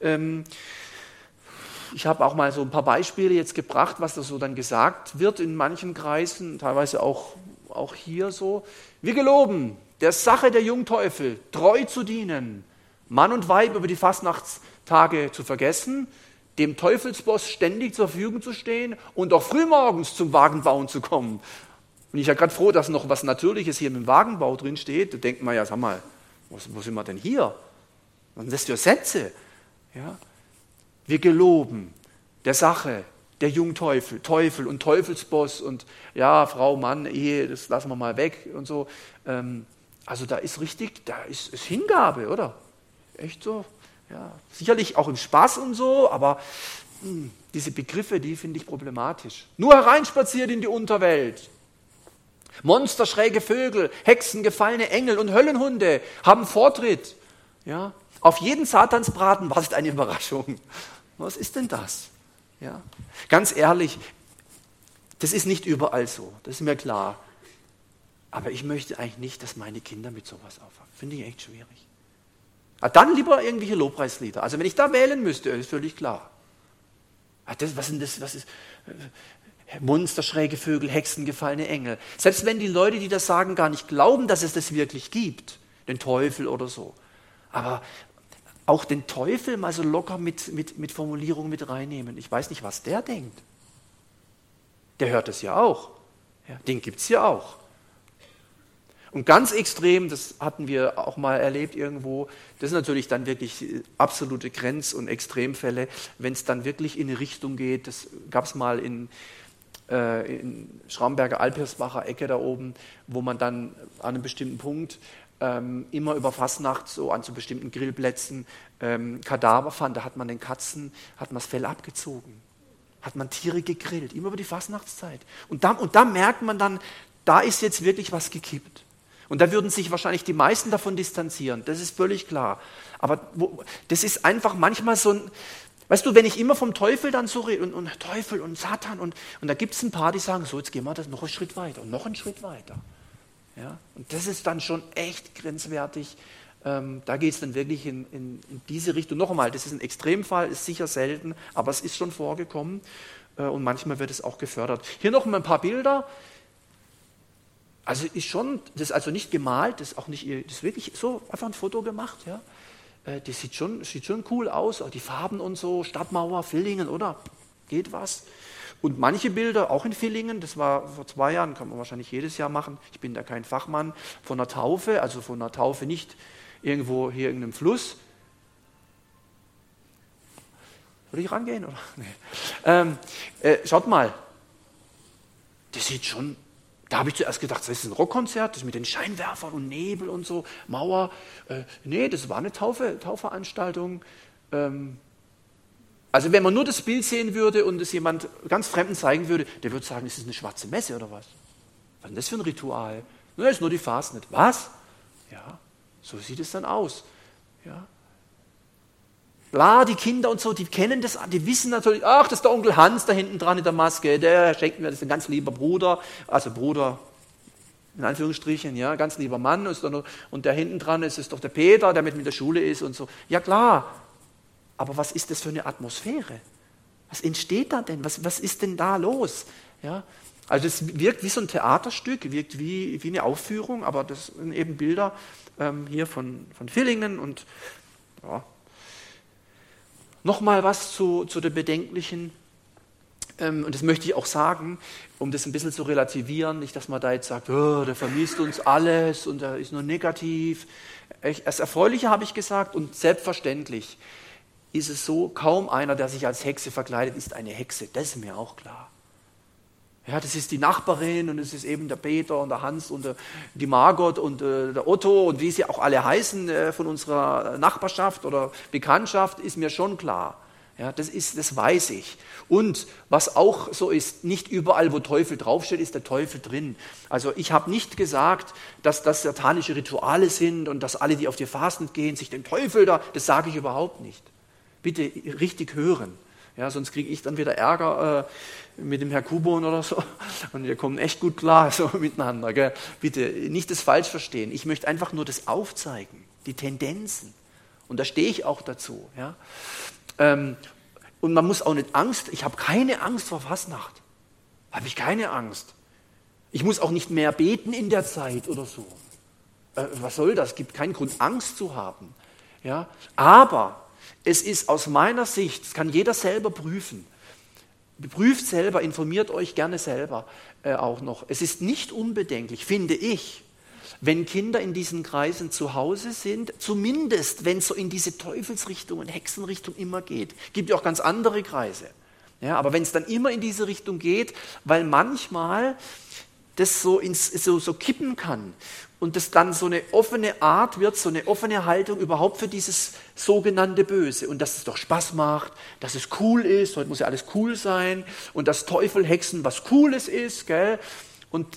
Ich habe auch mal so ein paar Beispiele jetzt gebracht, was da so dann gesagt wird in manchen Kreisen, teilweise auch hier so. Wir geloben, der Sache der Jungteufel treu zu dienen, Mann und Weib über die Fastnachtstage zu vergessen, dem Teufelsboss ständig zur Verfügung zu stehen und auch frühmorgens zum Wagenbauen zu kommen. Und ich bin ja gerade froh, dass noch was Natürliches hier im Wagenbau drin steht. Da denkt man ja, sag mal, wo sind wir denn hier? Was sind das für Sätze? Ja? Wir geloben der Sache, der Jungteufel, Teufel und Teufelsboss und ja, Frau, Mann, Ehe, das lassen wir mal weg und so. Also da ist richtig, da ist Hingabe, oder? Echt so? Ja, sicherlich auch im Spaß und so, aber diese Begriffe, die finde ich problematisch. Nur hereinspaziert in die Unterwelt. Monster, schräge Vögel, Hexen, gefallene Engel und Höllenhunde haben Vortritt. Ja? Auf jeden Satansbraten wartet eine Überraschung. Was ist denn das? Ja? Ganz ehrlich, das ist nicht überall so, das ist mir klar. Aber ich möchte eigentlich nicht, dass meine Kinder mit sowas aufwachsen. Finde ich echt schwierig. Dann lieber irgendwelche Lobpreislieder. Also wenn ich da wählen müsste, ist völlig klar. Was ist das? Was ist Monster, schräge Vögel, Hexen, gefallene Engel. Selbst wenn die Leute, die das sagen, gar nicht glauben, dass es das wirklich gibt, den Teufel oder so. Aber auch den Teufel mal so locker mit Formulierungen mit reinnehmen. Ich weiß nicht, was der denkt. Der hört es ja auch. Ja, den gibt es ja auch. Und ganz extrem, das hatten wir auch mal erlebt irgendwo, das sind natürlich dann wirklich absolute Grenz- und Extremfälle, wenn es dann wirklich in eine Richtung geht. Das gab es mal in Schramberger Alpirsbacher Ecke da oben, wo man dann an einem bestimmten Punkt immer über Fastnacht so an so bestimmten Grillplätzen Kadaver fand. Da hat man den Katzen, hat man das Fell abgezogen, hat man Tiere gegrillt, immer über die Fastnachtszeit. Und da merkt man dann, da ist jetzt wirklich was gekippt. Und da würden sich wahrscheinlich die meisten davon distanzieren, das ist völlig klar. Aber das ist einfach manchmal so ein, weißt du, wenn ich immer vom Teufel dann so rede und Teufel und Satan und da gibt es ein paar, die sagen, so jetzt gehen wir das noch einen Schritt weiter und noch einen Schritt weiter. Ja? Und das ist dann schon echt grenzwertig. Da geht es dann wirklich in diese Richtung. Noch einmal, das ist ein Extremfall, ist sicher selten, aber es ist schon vorgekommen und manchmal wird es auch gefördert. Hier noch mal ein paar Bilder. Also ist schon, das ist also nicht gemalt, das ist auch nicht, das ist wirklich so einfach ein Foto gemacht, ja. Das sieht schon cool aus, auch die Farben und so, Stadtmauer, Villingen, oder? Geht was. Und manche Bilder, auch in Villingen, das war vor 2 Jahren, kann man wahrscheinlich jedes Jahr machen, ich bin da kein Fachmann, von einer Taufe, also von einer Taufe nicht irgendwo hier in einem Fluss. Soll ich rangehen, oder? Nee. Schaut mal, das sieht schon. Da habe ich zuerst gedacht, das ist ein Rockkonzert, das mit den Scheinwerfern und Nebel und so, Mauer. Nee, das war eine Taufveranstaltung. Also wenn man nur das Bild sehen würde und es jemand ganz Fremden zeigen würde, der würde sagen, ist das eine schwarze Messe oder was? Was ist denn das für ein Ritual? Na, ist nur die Fastnet. Was? Ja, so sieht es dann aus. Ja. Klar, die Kinder und so, die kennen das, die wissen natürlich, ach, das ist der Onkel Hans da hinten dran in der Maske, der schenkt mir, das ist ein ganz lieber Bruder, also Bruder in Anführungsstrichen, ja, ganz lieber Mann, und der hinten dran ist doch der Peter, der mit der Schule ist und so. Ja klar, aber was ist das für eine Atmosphäre? Was entsteht da denn? Was ist denn da los? Ja, also es wirkt wie so ein Theaterstück, wirkt wie eine Aufführung, aber das sind eben Bilder hier von Villingen und ja. Nochmal was zu der bedenklichen, und das möchte ich auch sagen, um das ein bisschen zu relativieren, nicht, dass man da jetzt sagt, oh, der vermisst uns alles und der ist nur negativ. Das Erfreuliche habe ich gesagt und selbstverständlich ist es so, kaum einer, der sich als Hexe verkleidet, ist eine Hexe, das ist mir auch klar. Ja, das ist die Nachbarin und es ist eben der Peter und der Hans und die Margot und der Otto und wie sie auch alle heißen von unserer Nachbarschaft oder Bekanntschaft, ist mir schon klar. Ja, das weiß ich. Und was auch so ist, nicht überall, wo Teufel draufsteht, ist der Teufel drin. Also ich habe nicht gesagt, dass das satanische Rituale sind und dass alle, die auf die Fasten gehen, sich den Teufel da, das sage ich überhaupt nicht. Bitte richtig hören. Ja, sonst kriege ich dann wieder Ärger mit dem Herr Kubon oder so. Und wir kommen echt gut klar so miteinander. Gell? Bitte nicht das falsch verstehen. Ich möchte einfach nur das aufzeigen, die Tendenzen. Und da stehe ich auch dazu. Ja? Und man muss auch nicht Angst, ich habe keine Angst vor Fastnacht. Habe ich keine Angst. Ich muss auch nicht mehr beten in der Zeit oder so. Was soll das? Es gibt keinen Grund, Angst zu haben. Ja? Aber es ist aus meiner Sicht, das kann jeder selber prüfen, prüft selber, informiert euch gerne selber auch noch. Es ist nicht unbedenklich, finde ich, wenn Kinder in diesen Kreisen zu Hause sind, zumindest wenn es so in diese Teufelsrichtung und Hexenrichtung immer geht. Gibt ja auch ganz andere Kreise. Ja, aber wenn es dann immer in diese Richtung geht, weil manchmal das so kippen kann und das dann so eine offene Art wird, so eine offene Haltung überhaupt für dieses sogenannte Böse und dass es doch Spaß macht, dass es cool ist, heute muss ja alles cool sein und dass Teufel, Hexen was Cooles ist, gell? Und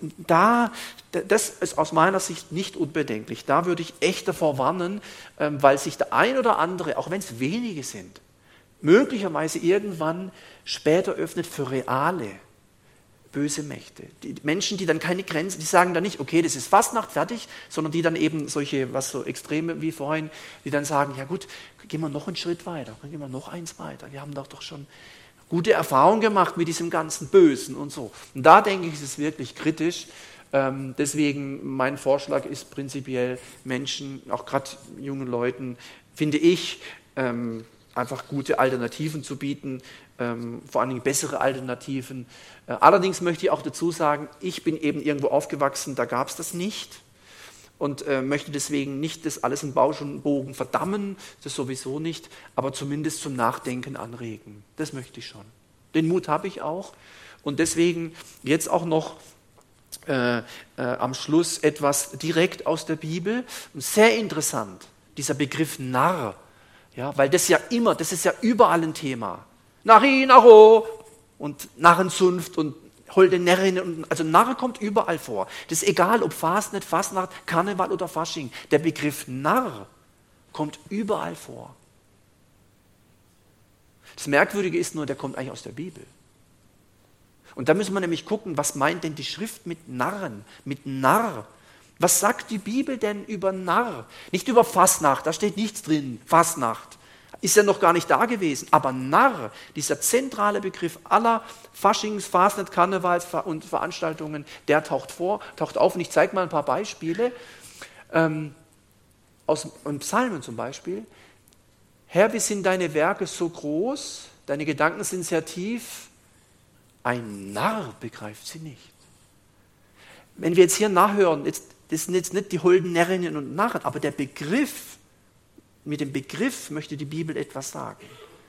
das ist aus meiner Sicht nicht unbedenklich. Da würde ich echt davor warnen, weil sich der ein oder andere, auch wenn es wenige sind, möglicherweise irgendwann später öffnet für reale böse Mächte. Die Menschen, die dann keine Grenzen, die sagen dann nicht, okay, das ist Fastnacht, fertig, sondern die dann eben solche, was so Extreme wie vorhin, die dann sagen, ja gut, gehen wir noch einen Schritt weiter, dann gehen wir noch eins weiter. Wir haben doch schon gute Erfahrungen gemacht mit diesem ganzen Bösen und so. Und da denke ich, ist es wirklich kritisch. Deswegen mein Vorschlag ist prinzipiell Menschen, auch gerade jungen Leuten, finde ich, einfach gute Alternativen zu bieten, vor allen Dingen bessere Alternativen. Allerdings möchte ich auch dazu sagen, ich bin eben irgendwo aufgewachsen, da gab es das nicht und möchte deswegen nicht das alles in Bausch und Bogen verdammen, das sowieso nicht, aber zumindest zum Nachdenken anregen. Das möchte ich schon. Den Mut habe ich auch und deswegen jetzt auch noch am Schluss etwas direkt aus der Bibel. Und sehr interessant, dieser Begriff Narr, ja, weil das ist ja überall ein Thema. Narri, Narro und Narrenzunft und holde Närrinnen. Also Narr kommt überall vor. Das ist egal, ob Fastnet, Fastnacht, Karneval oder Fasching. Der Begriff Narr kommt überall vor. Das Merkwürdige ist nur, der kommt eigentlich aus der Bibel. Und da müssen wir nämlich gucken, was meint denn die Schrift mit Narren, mit Narr? Was sagt die Bibel denn über Narr? Nicht über Fastnacht, da steht nichts drin, Fastnacht. Ist ja noch gar nicht da gewesen. Aber Narr, dieser zentrale Begriff aller Faschings-, Fastnet-, Karnevals- und Veranstaltungen, der taucht auf. Und ich zeige mal ein paar Beispiele. Aus Psalmen zum Beispiel. Herr, wie sind deine Werke so groß, deine Gedanken sind sehr tief, ein Narr begreift sie nicht. Wenn wir jetzt hier nachhören, das sind jetzt nicht die holden Närrinnen und Narren, aber der Begriff, mit dem Begriff möchte die Bibel etwas sagen.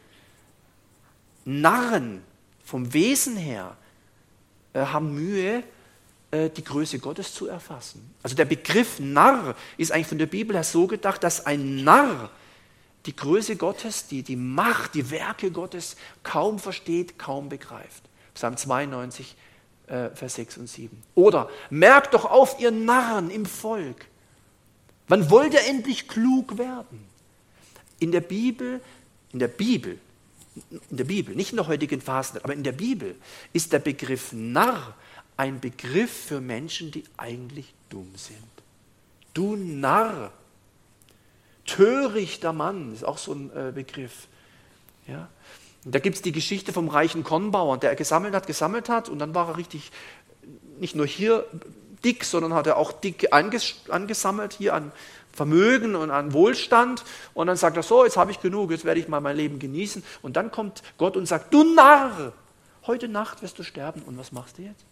Narren vom Wesen her haben Mühe, die Größe Gottes zu erfassen. Also der Begriff Narr ist eigentlich von der Bibel her so gedacht, dass ein Narr die Größe Gottes, die Macht, die Werke Gottes kaum versteht, kaum begreift. Psalm 92, Vers 6 und 7. Oder, merkt doch auf, ihr Narren im Volk. Wann wollt ihr endlich klug werden? In der Bibel, nicht in der heutigen Phase, aber in der Bibel ist der Begriff Narr ein Begriff für Menschen, die eigentlich dumm sind. Du Narr, törichter Mann, ist auch so ein Begriff. Ja? Und da gibt es die Geschichte vom reichen Kornbauern, der gesammelt hat und dann war er richtig, nicht nur hier dick, sondern hat er auch dick angesammelt, hier an Vermögen und an Wohlstand. Und dann sagt er so, jetzt habe ich genug, jetzt werde ich mal mein Leben genießen. Und dann kommt Gott und sagt, du Narr, heute Nacht wirst du sterben. Und was machst du jetzt?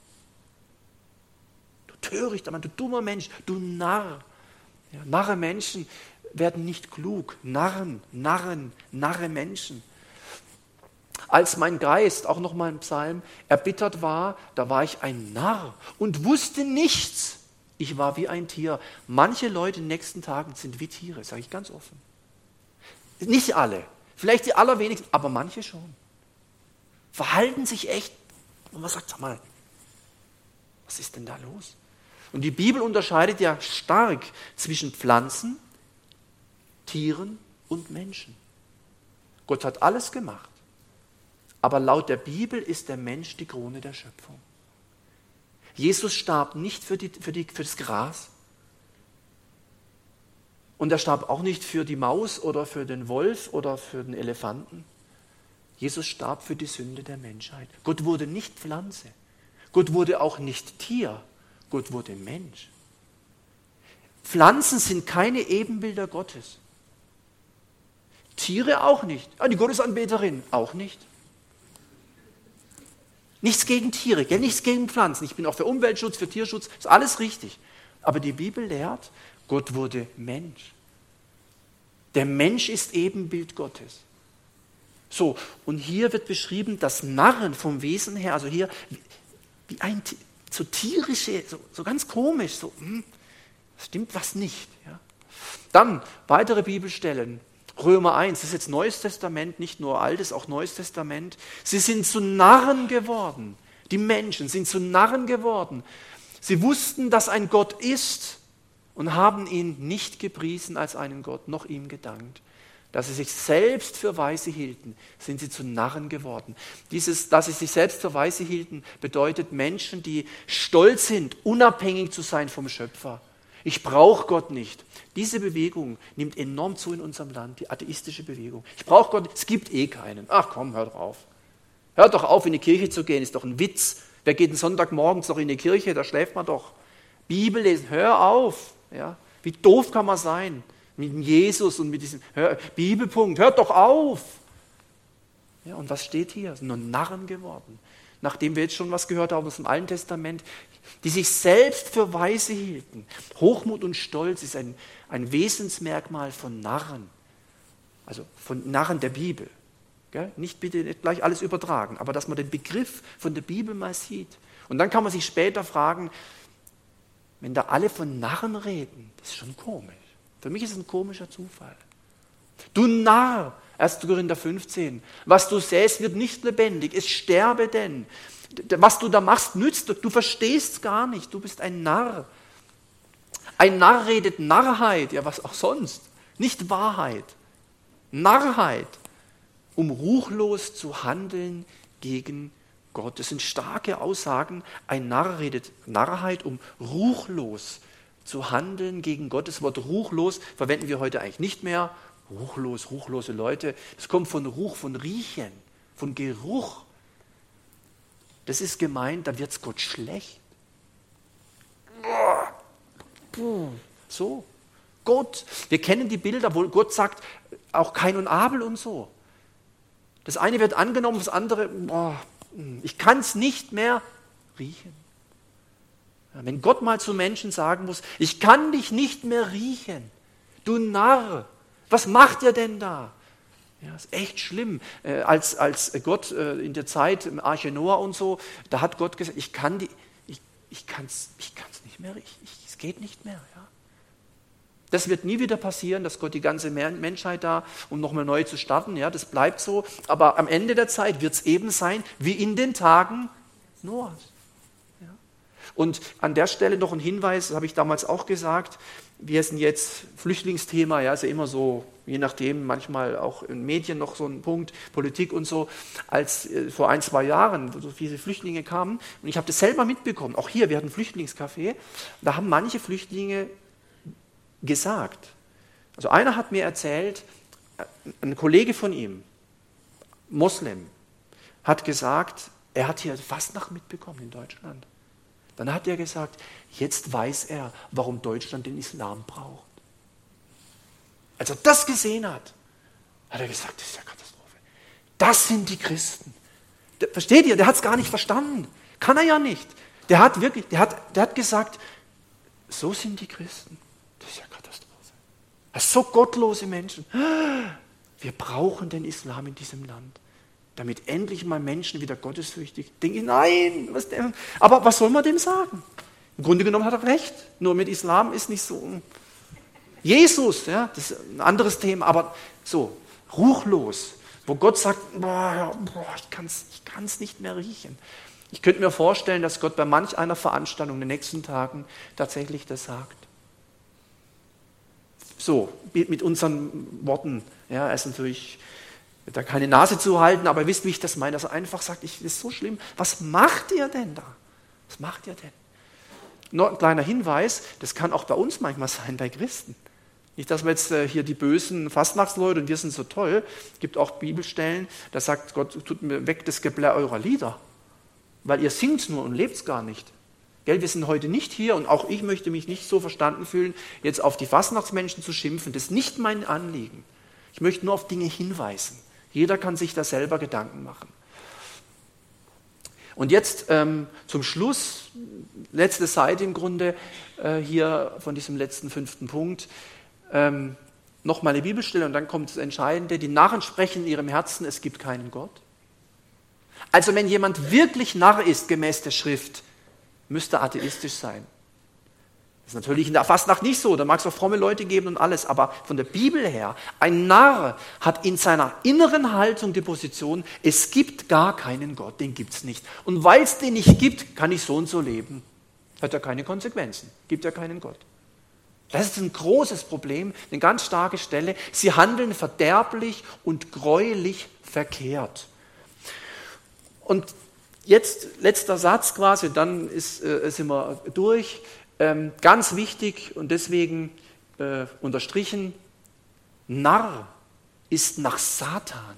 Du törichter Mann, du dummer Mensch, du Narr. Ja, narre Menschen werden nicht klug. Narre Menschen. Als mein Geist, auch nochmal im Psalm, erbittert war, da war ich ein Narr und wusste nichts. Ich war wie ein Tier. Manche Leute in den nächsten Tagen sind wie Tiere, sage ich ganz offen. Nicht alle, vielleicht die allerwenigsten, aber manche schon. Verhalten sich echt. Und man sagt, sag mal, was ist denn da los? Und die Bibel unterscheidet ja stark zwischen Pflanzen, Tieren und Menschen. Gott hat alles gemacht. Aber laut der Bibel ist der Mensch die Krone der Schöpfung. Jesus starb nicht für das Gras. Und er starb auch nicht für die Maus oder für den Wolf oder für den Elefanten. Jesus starb für die Sünde der Menschheit. Gott wurde nicht Pflanze. Gott wurde auch nicht Tier. Gott wurde Mensch. Pflanzen sind keine Ebenbilder Gottes. Tiere auch nicht. Die Gottesanbeterin auch nicht. Nichts gegen Tiere, nichts gegen Pflanzen. Ich bin auch für Umweltschutz, für Tierschutz, ist alles richtig. Aber die Bibel lehrt, Gott wurde Mensch. Der Mensch ist Ebenbild Gottes. So, und hier wird beschrieben, dass Narren vom Wesen her, also hier wie ein so tierische, so ganz komisch, so, stimmt was nicht. Ja. Dann weitere Bibelstellen. Römer 1, das ist jetzt Neues Testament, nicht nur Altes, auch Neues Testament. Sie sind zu Narren geworden. Die Menschen sind zu Narren geworden. Sie wussten, dass ein Gott ist und haben ihn nicht gepriesen als einen Gott, noch ihm gedankt. Dass sie sich selbst für Weise hielten, sind sie zu Narren geworden. Dieses, dass sie sich selbst für Weise hielten, bedeutet Menschen, die stolz sind, unabhängig zu sein vom Schöpfer. Ich brauche Gott nicht. Diese Bewegung nimmt enorm zu in unserem Land, die atheistische Bewegung. Ich brauche Gott nicht, es gibt eh keinen. Ach komm, hör doch auf. Hört doch auf, in die Kirche zu gehen, ist doch ein Witz. Wer geht den Sonntagmorgens noch in die Kirche, da schläft man doch. Bibel lesen, hör auf. Ja? Wie doof kann man sein? Mit Jesus und mit diesem Bibelpunkt. Hört doch auf! Ja, und was steht hier? Sind nur Narren geworden. Nachdem wir jetzt schon was gehört haben aus dem Alten Testament, die sich selbst für Weise hielten. Hochmut und Stolz ist ein Wesensmerkmal von Narren. Also von Narren der Bibel. Gell? Nicht gleich alles übertragen, aber dass man den Begriff von der Bibel mal sieht. Und dann kann man sich später fragen, wenn da alle von Narren reden, das ist schon komisch. Für mich ist es ein komischer Zufall. Du Narr, 1. Korinther 15, was du säst, wird nicht lebendig, es sterbe denn. Was du da machst, nützt, du verstehst es gar nicht, du bist ein Narr. Ein Narr redet Narrheit, ja was auch sonst, nicht Wahrheit. Narrheit, um ruchlos zu handeln gegen Gott. Das sind starke Aussagen. Ein Narr redet Narrheit, um ruchlos zu handeln gegen Gott. Das Wort ruchlos verwenden wir heute eigentlich nicht mehr. Ruchlos, ruchlose Leute. Das kommt von Ruch, von Riechen, von Geruch. Das ist gemeint, da wird es Gott schlecht. So. Gott, wir kennen die Bilder, wo Gott sagt, auch Kain und Abel und so. Das eine wird angenommen, das andere, ich kann es nicht mehr riechen. Wenn Gott mal zu Menschen sagen muss, ich kann dich nicht mehr riechen, du Narr, was macht ihr denn da? Ja, ist echt schlimm. Als Gott in der Zeit, im Arche Noah und so, da hat Gott gesagt, ich kann es nicht mehr riechen, es geht nicht mehr. Ja. Das wird nie wieder passieren, dass Gott die ganze Menschheit da, um nochmal neu zu starten, ja, das bleibt so. Aber am Ende der Zeit wird es eben sein, wie in den Tagen Noahs. Ja. Und an der Stelle noch ein Hinweis, das habe ich damals auch gesagt, wir sind jetzt Flüchtlingsthema, ja, ist ja immer so, je nachdem, manchmal auch in Medien noch so ein Punkt, Politik und so, als vor 1-2 Jahren, wo so viele Flüchtlinge kamen, und ich habe das selber mitbekommen, auch hier, wir hatten ein Flüchtlingscafé, da haben manche Flüchtlinge gesagt. Also einer hat mir erzählt, ein Kollege von ihm, Moslem, hat gesagt, er hat hier Fastnacht mitbekommen in Deutschland. Dann hat er gesagt, jetzt weiß er, warum Deutschland den Islam braucht. Als er das gesehen hat, hat er gesagt, das ist ja Katastrophe. Das sind die Christen. Versteht ihr? Der hat es gar nicht verstanden. Kann er ja nicht. Der hat gesagt, so sind die Christen. Das ist ja Katastrophe. Das sind so gottlose Menschen. Wir brauchen den Islam in diesem Land, damit endlich mal Menschen wieder gottesfürchtig denken, nein, aber was soll man dem sagen? Im Grunde genommen hat er recht, nur mit Islam ist nicht so. Jesus, ja, das ist ein anderes Thema, aber so, ruchlos, wo Gott sagt, ich kann es nicht mehr riechen. Ich könnte mir vorstellen, dass Gott bei manch einer Veranstaltung in den nächsten Tagen tatsächlich das sagt. So, mit unseren Worten, ja, er ist natürlich da keine Nase zu halten, aber ihr wisst, wie ich das meine, dass er einfach sagt, das ist so schlimm, was macht ihr denn da? Was macht ihr denn? Noch ein kleiner Hinweis, das kann auch bei uns manchmal sein, bei Christen. Nicht, dass wir jetzt hier die bösen Fastnachtsleute und wir sind so toll, es gibt auch Bibelstellen, da sagt Gott, tut mir weg das Geblär eurer Lieder, weil ihr singt nur und lebt gar nicht. Gell, wir sind heute nicht hier und auch ich möchte mich nicht so verstanden fühlen, jetzt auf die Fastnachtsmenschen zu schimpfen, das ist nicht mein Anliegen. Ich möchte nur auf Dinge hinweisen. Jeder kann sich da selber Gedanken machen. Und jetzt zum Schluss, letzte Seite im Grunde, hier von diesem letzten 5. Punkt, nochmal eine Bibelstelle und dann kommt das Entscheidende. Die Narren sprechen in ihrem Herzen, es gibt keinen Gott. Also wenn jemand wirklich Narr ist, gemäß der Schrift, müsste atheistisch sein. Das ist natürlich in der Fastnacht nicht so, da mag es auch fromme Leute geben und alles, aber von der Bibel her, ein Narr hat in seiner inneren Haltung die Position, es gibt gar keinen Gott, den gibt es nicht. Und weil es den nicht gibt, kann ich so und so leben. Hat ja keine Konsequenzen, gibt ja keinen Gott. Das ist ein großes Problem, eine ganz starke Stelle. Sie handeln verderblich und greulich verkehrt. Und jetzt letzter Satz quasi, dann sind wir durch. Ganz wichtig und deswegen unterstrichen, Narr ist nach Satan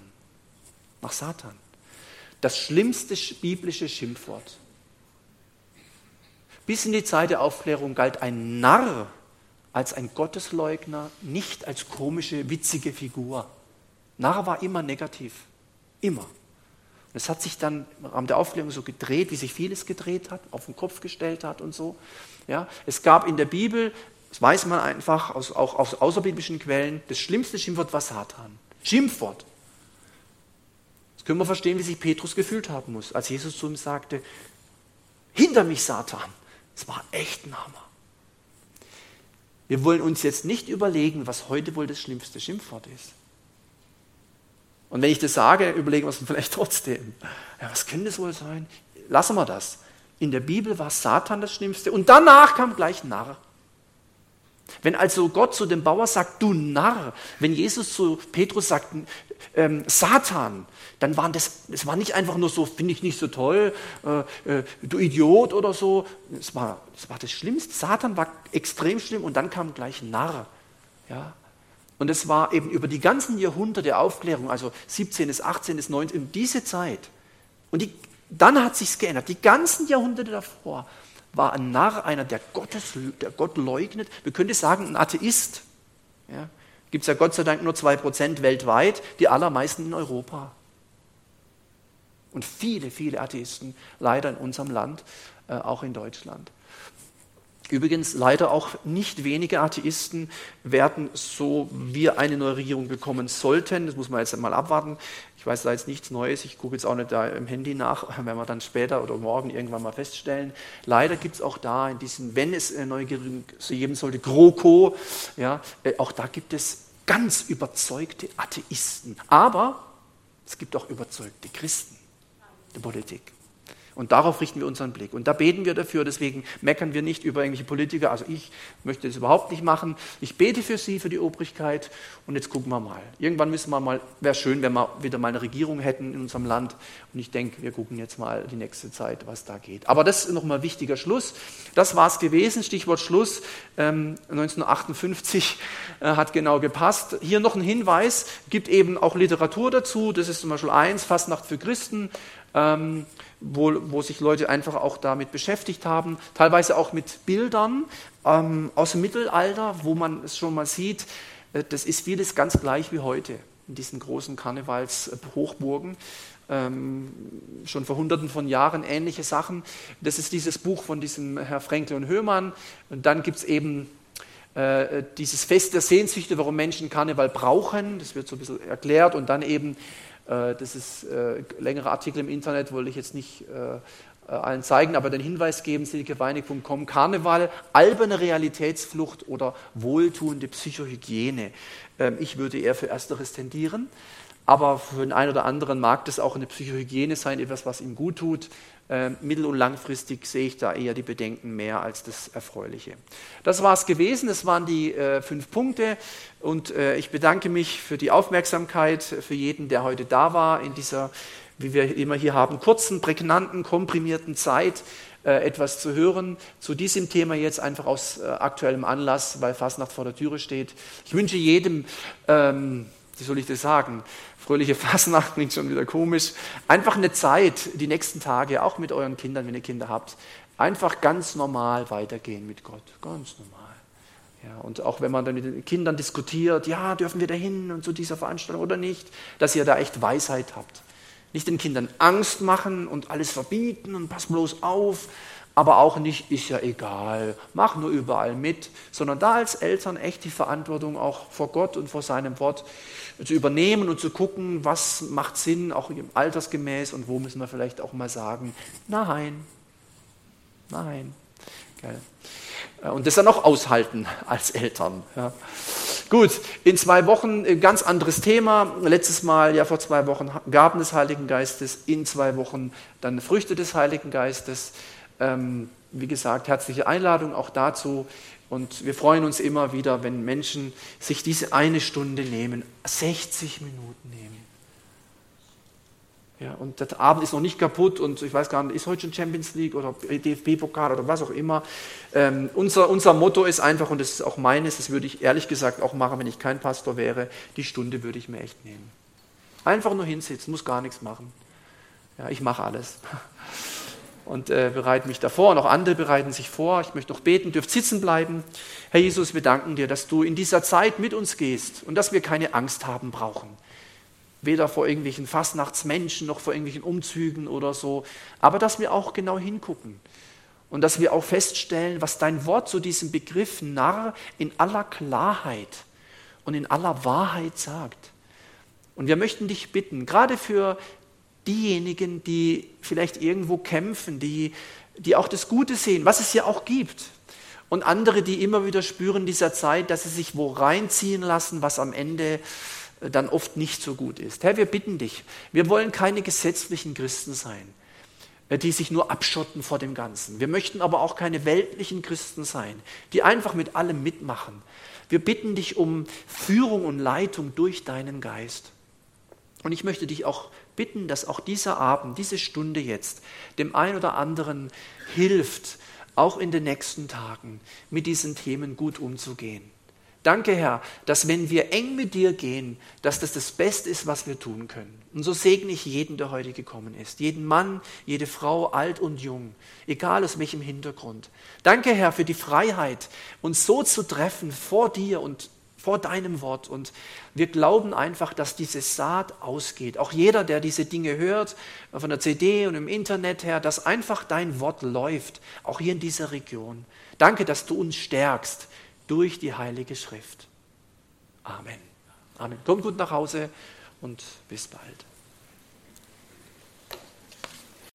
das schlimmste biblische Schimpfwort. Bis in die Zeit der Aufklärung galt ein Narr als ein Gottesleugner, nicht als komische, witzige Figur. Narr war immer negativ. Immer. Und es hat sich dann im Rahmen der Aufklärung so gedreht, wie sich vieles gedreht hat, auf den Kopf gestellt hat und so. Ja, es gab in der Bibel, das weiß man einfach, auch aus außerbiblischen Quellen, das schlimmste Schimpfwort war Satan. Schimpfwort. Jetzt können wir verstehen, wie sich Petrus gefühlt haben muss, als Jesus zu ihm sagte, hinter mich, Satan. Das war echt ein Hammer. Wir wollen uns jetzt nicht überlegen, was heute wohl das schlimmste Schimpfwort ist. Und wenn ich das sage, überlegen wir es vielleicht trotzdem. Ja, was könnte das wohl sein? Lassen wir das. In der Bibel war Satan das Schlimmste und danach kam gleich Narr. Wenn also Gott zu dem Bauer sagt, du Narr, wenn Jesus zu Petrus sagt, Satan, dann das war nicht einfach nur so, finde ich nicht so toll, du Idiot oder so. Das war das Schlimmste. Satan war extrem schlimm und dann kam gleich Narr. Ja. Und es war eben über die ganzen Jahrhunderte der Aufklärung, also 17., 18., 19., diese Zeit. Und dann hat sich's geändert. Die ganzen Jahrhunderte davor war ein Narr einer, der Gott leugnet. Wir könnten sagen, ein Atheist. Ja. Gibt es ja Gott sei Dank nur 2% weltweit, die allermeisten in Europa. Und viele, viele Atheisten, leider in unserem Land, auch in Deutschland. Übrigens leider auch nicht wenige Atheisten werden, so wir eine neue Regierung bekommen sollten, das muss man jetzt mal abwarten, ich weiß da jetzt nichts Neues, ich gucke jetzt auch nicht da im Handy nach, werden wir dann später oder morgen irgendwann mal feststellen. Leider gibt es auch da in diesen, wenn es eine neue Regierung geben sollte, GroKo, ja, auch da gibt es ganz überzeugte Atheisten. Aber es gibt auch überzeugte Christen der Politik. Und darauf richten wir unseren Blick. Und da beten wir dafür, deswegen meckern wir nicht über irgendwelche Politiker. Also ich möchte das überhaupt nicht machen. Ich bete für sie, für die Obrigkeit. Und jetzt gucken wir mal. Irgendwann müssen wir mal, wäre schön, wenn wir wieder mal eine Regierung hätten in unserem Land. Und ich denke, wir gucken jetzt mal die nächste Zeit, was da geht. Aber das ist nochmal ein wichtiger Schluss. Das war es gewesen, Stichwort Schluss. 1958 hat genau gepasst. Hier noch ein Hinweis, gibt eben auch Literatur dazu. Das ist zum Beispiel Fastnacht für Christen. Wo sich Leute einfach auch damit beschäftigt haben, teilweise auch mit Bildern aus dem Mittelalter, wo man es schon mal sieht, das ist vieles ganz gleich wie heute in diesen großen Karnevalshochburgen, schon vor Hunderten von Jahren ähnliche Sachen. Das ist dieses Buch von diesem Herr Frenkel und Höhmann. Und dann gibt es eben dieses Fest der Sehnsüchte, warum Menschen Karneval brauchen, das wird so ein bisschen erklärt und dann eben das ist längere Artikel im Internet, wollte ich jetzt nicht allen zeigen, aber den Hinweis geben, silkeweinig.com, Karneval, alberne Realitätsflucht oder wohltuende Psychohygiene. Ich würde eher für Ersteres tendieren, aber für den einen oder anderen mag das auch eine Psychohygiene sein, etwas, was ihm gut tut. Mittel- und langfristig sehe ich da eher die Bedenken mehr als das Erfreuliche. Das war es gewesen, das waren die 5 Punkte und ich bedanke mich für die Aufmerksamkeit, für jeden, der heute da war, in dieser, wie wir immer hier haben, kurzen, prägnanten, komprimierten Zeit etwas zu hören. Zu diesem Thema jetzt einfach aus aktuellem Anlass, weil Fastnacht vor der Türe steht. Ich wünsche jedem, wie soll ich das sagen, fröhliche Fastnacht, klingt schon wieder komisch, einfach eine Zeit, die nächsten Tage, auch mit euren Kindern, wenn ihr Kinder habt, einfach ganz normal weitergehen mit Gott, ganz normal. Ja, und auch wenn man dann mit den Kindern diskutiert, ja, dürfen wir da hin und zu dieser Veranstaltung oder nicht, dass ihr da echt Weisheit habt. Nicht den Kindern Angst machen und alles verbieten und pass bloß auf, aber auch nicht, ist ja egal, mach nur überall mit, sondern da als Eltern echt die Verantwortung auch vor Gott und vor seinem Wort zu übernehmen und zu gucken, was macht Sinn, auch altersgemäß und wo müssen wir vielleicht auch mal sagen, nein. Und das dann auch aushalten als Eltern. Ja. Gut, in 2 Wochen ein ganz anderes Thema. Letztes Mal, ja vor 2 Wochen, Gaben des Heiligen Geistes, in 2 Wochen dann Früchte des Heiligen Geistes. Wie gesagt, herzliche Einladung auch dazu. Und wir freuen uns immer wieder, wenn Menschen sich diese 1 Stunde nehmen, 60 Minuten nehmen. Ja, und der Abend ist noch nicht kaputt und ich weiß gar nicht, ist heute schon Champions League oder DFB-Pokal oder was auch immer. Unser Motto ist einfach, und das ist auch meines, das würde ich ehrlich gesagt auch machen, wenn ich kein Pastor wäre, die Stunde würde ich mir echt nehmen. Einfach nur hinsitzen, muss gar nichts machen. Ja, ich mache alles. und bereite mich davor. Und auch andere bereiten sich vor. Ich möchte noch beten, dürft sitzen bleiben. Herr Jesus, wir danken dir, dass du in dieser Zeit mit uns gehst und dass wir keine Angst haben brauchen. Weder vor irgendwelchen Fastnachtsmenschen noch vor irgendwelchen Umzügen oder so, aber dass wir auch genau hingucken und dass wir auch feststellen, was dein Wort zu diesem Begriff Narr in aller Klarheit und in aller Wahrheit sagt. Und wir möchten dich bitten, gerade für diejenigen, die vielleicht irgendwo kämpfen, die auch das Gute sehen, was es ja auch gibt, und andere, die immer wieder spüren in dieser Zeit, dass sie sich wo reinziehen lassen, was am Ende dann oft nicht so gut ist. Herr, wir bitten dich, wir wollen keine gesetzlichen Christen sein, die sich nur abschotten vor dem Ganzen. Wir möchten aber auch keine weltlichen Christen sein, die einfach mit allem mitmachen. Wir bitten dich um Führung und Leitung durch deinen Geist. Und ich möchte dich auch bitten, dass auch dieser Abend, diese Stunde jetzt, dem einen oder anderen hilft, auch in den nächsten Tagen mit diesen Themen gut umzugehen. Danke, Herr, dass wenn wir eng mit dir gehen, dass das das Beste ist, was wir tun können. Und so segne ich jeden, der heute gekommen ist. Jeden Mann, jede Frau, alt und jung, egal aus welchem Hintergrund. Danke, Herr, für die Freiheit, uns so zu treffen vor dir und vor deinem Wort. Und wir glauben einfach, dass diese Saat ausgeht. Auch jeder, der diese Dinge hört, von der CD und im Internet her, dass einfach dein Wort läuft, auch hier in dieser Region. Danke, dass du uns stärkst durch die Heilige Schrift. Amen. Amen. Kommt gut nach Hause und bis bald.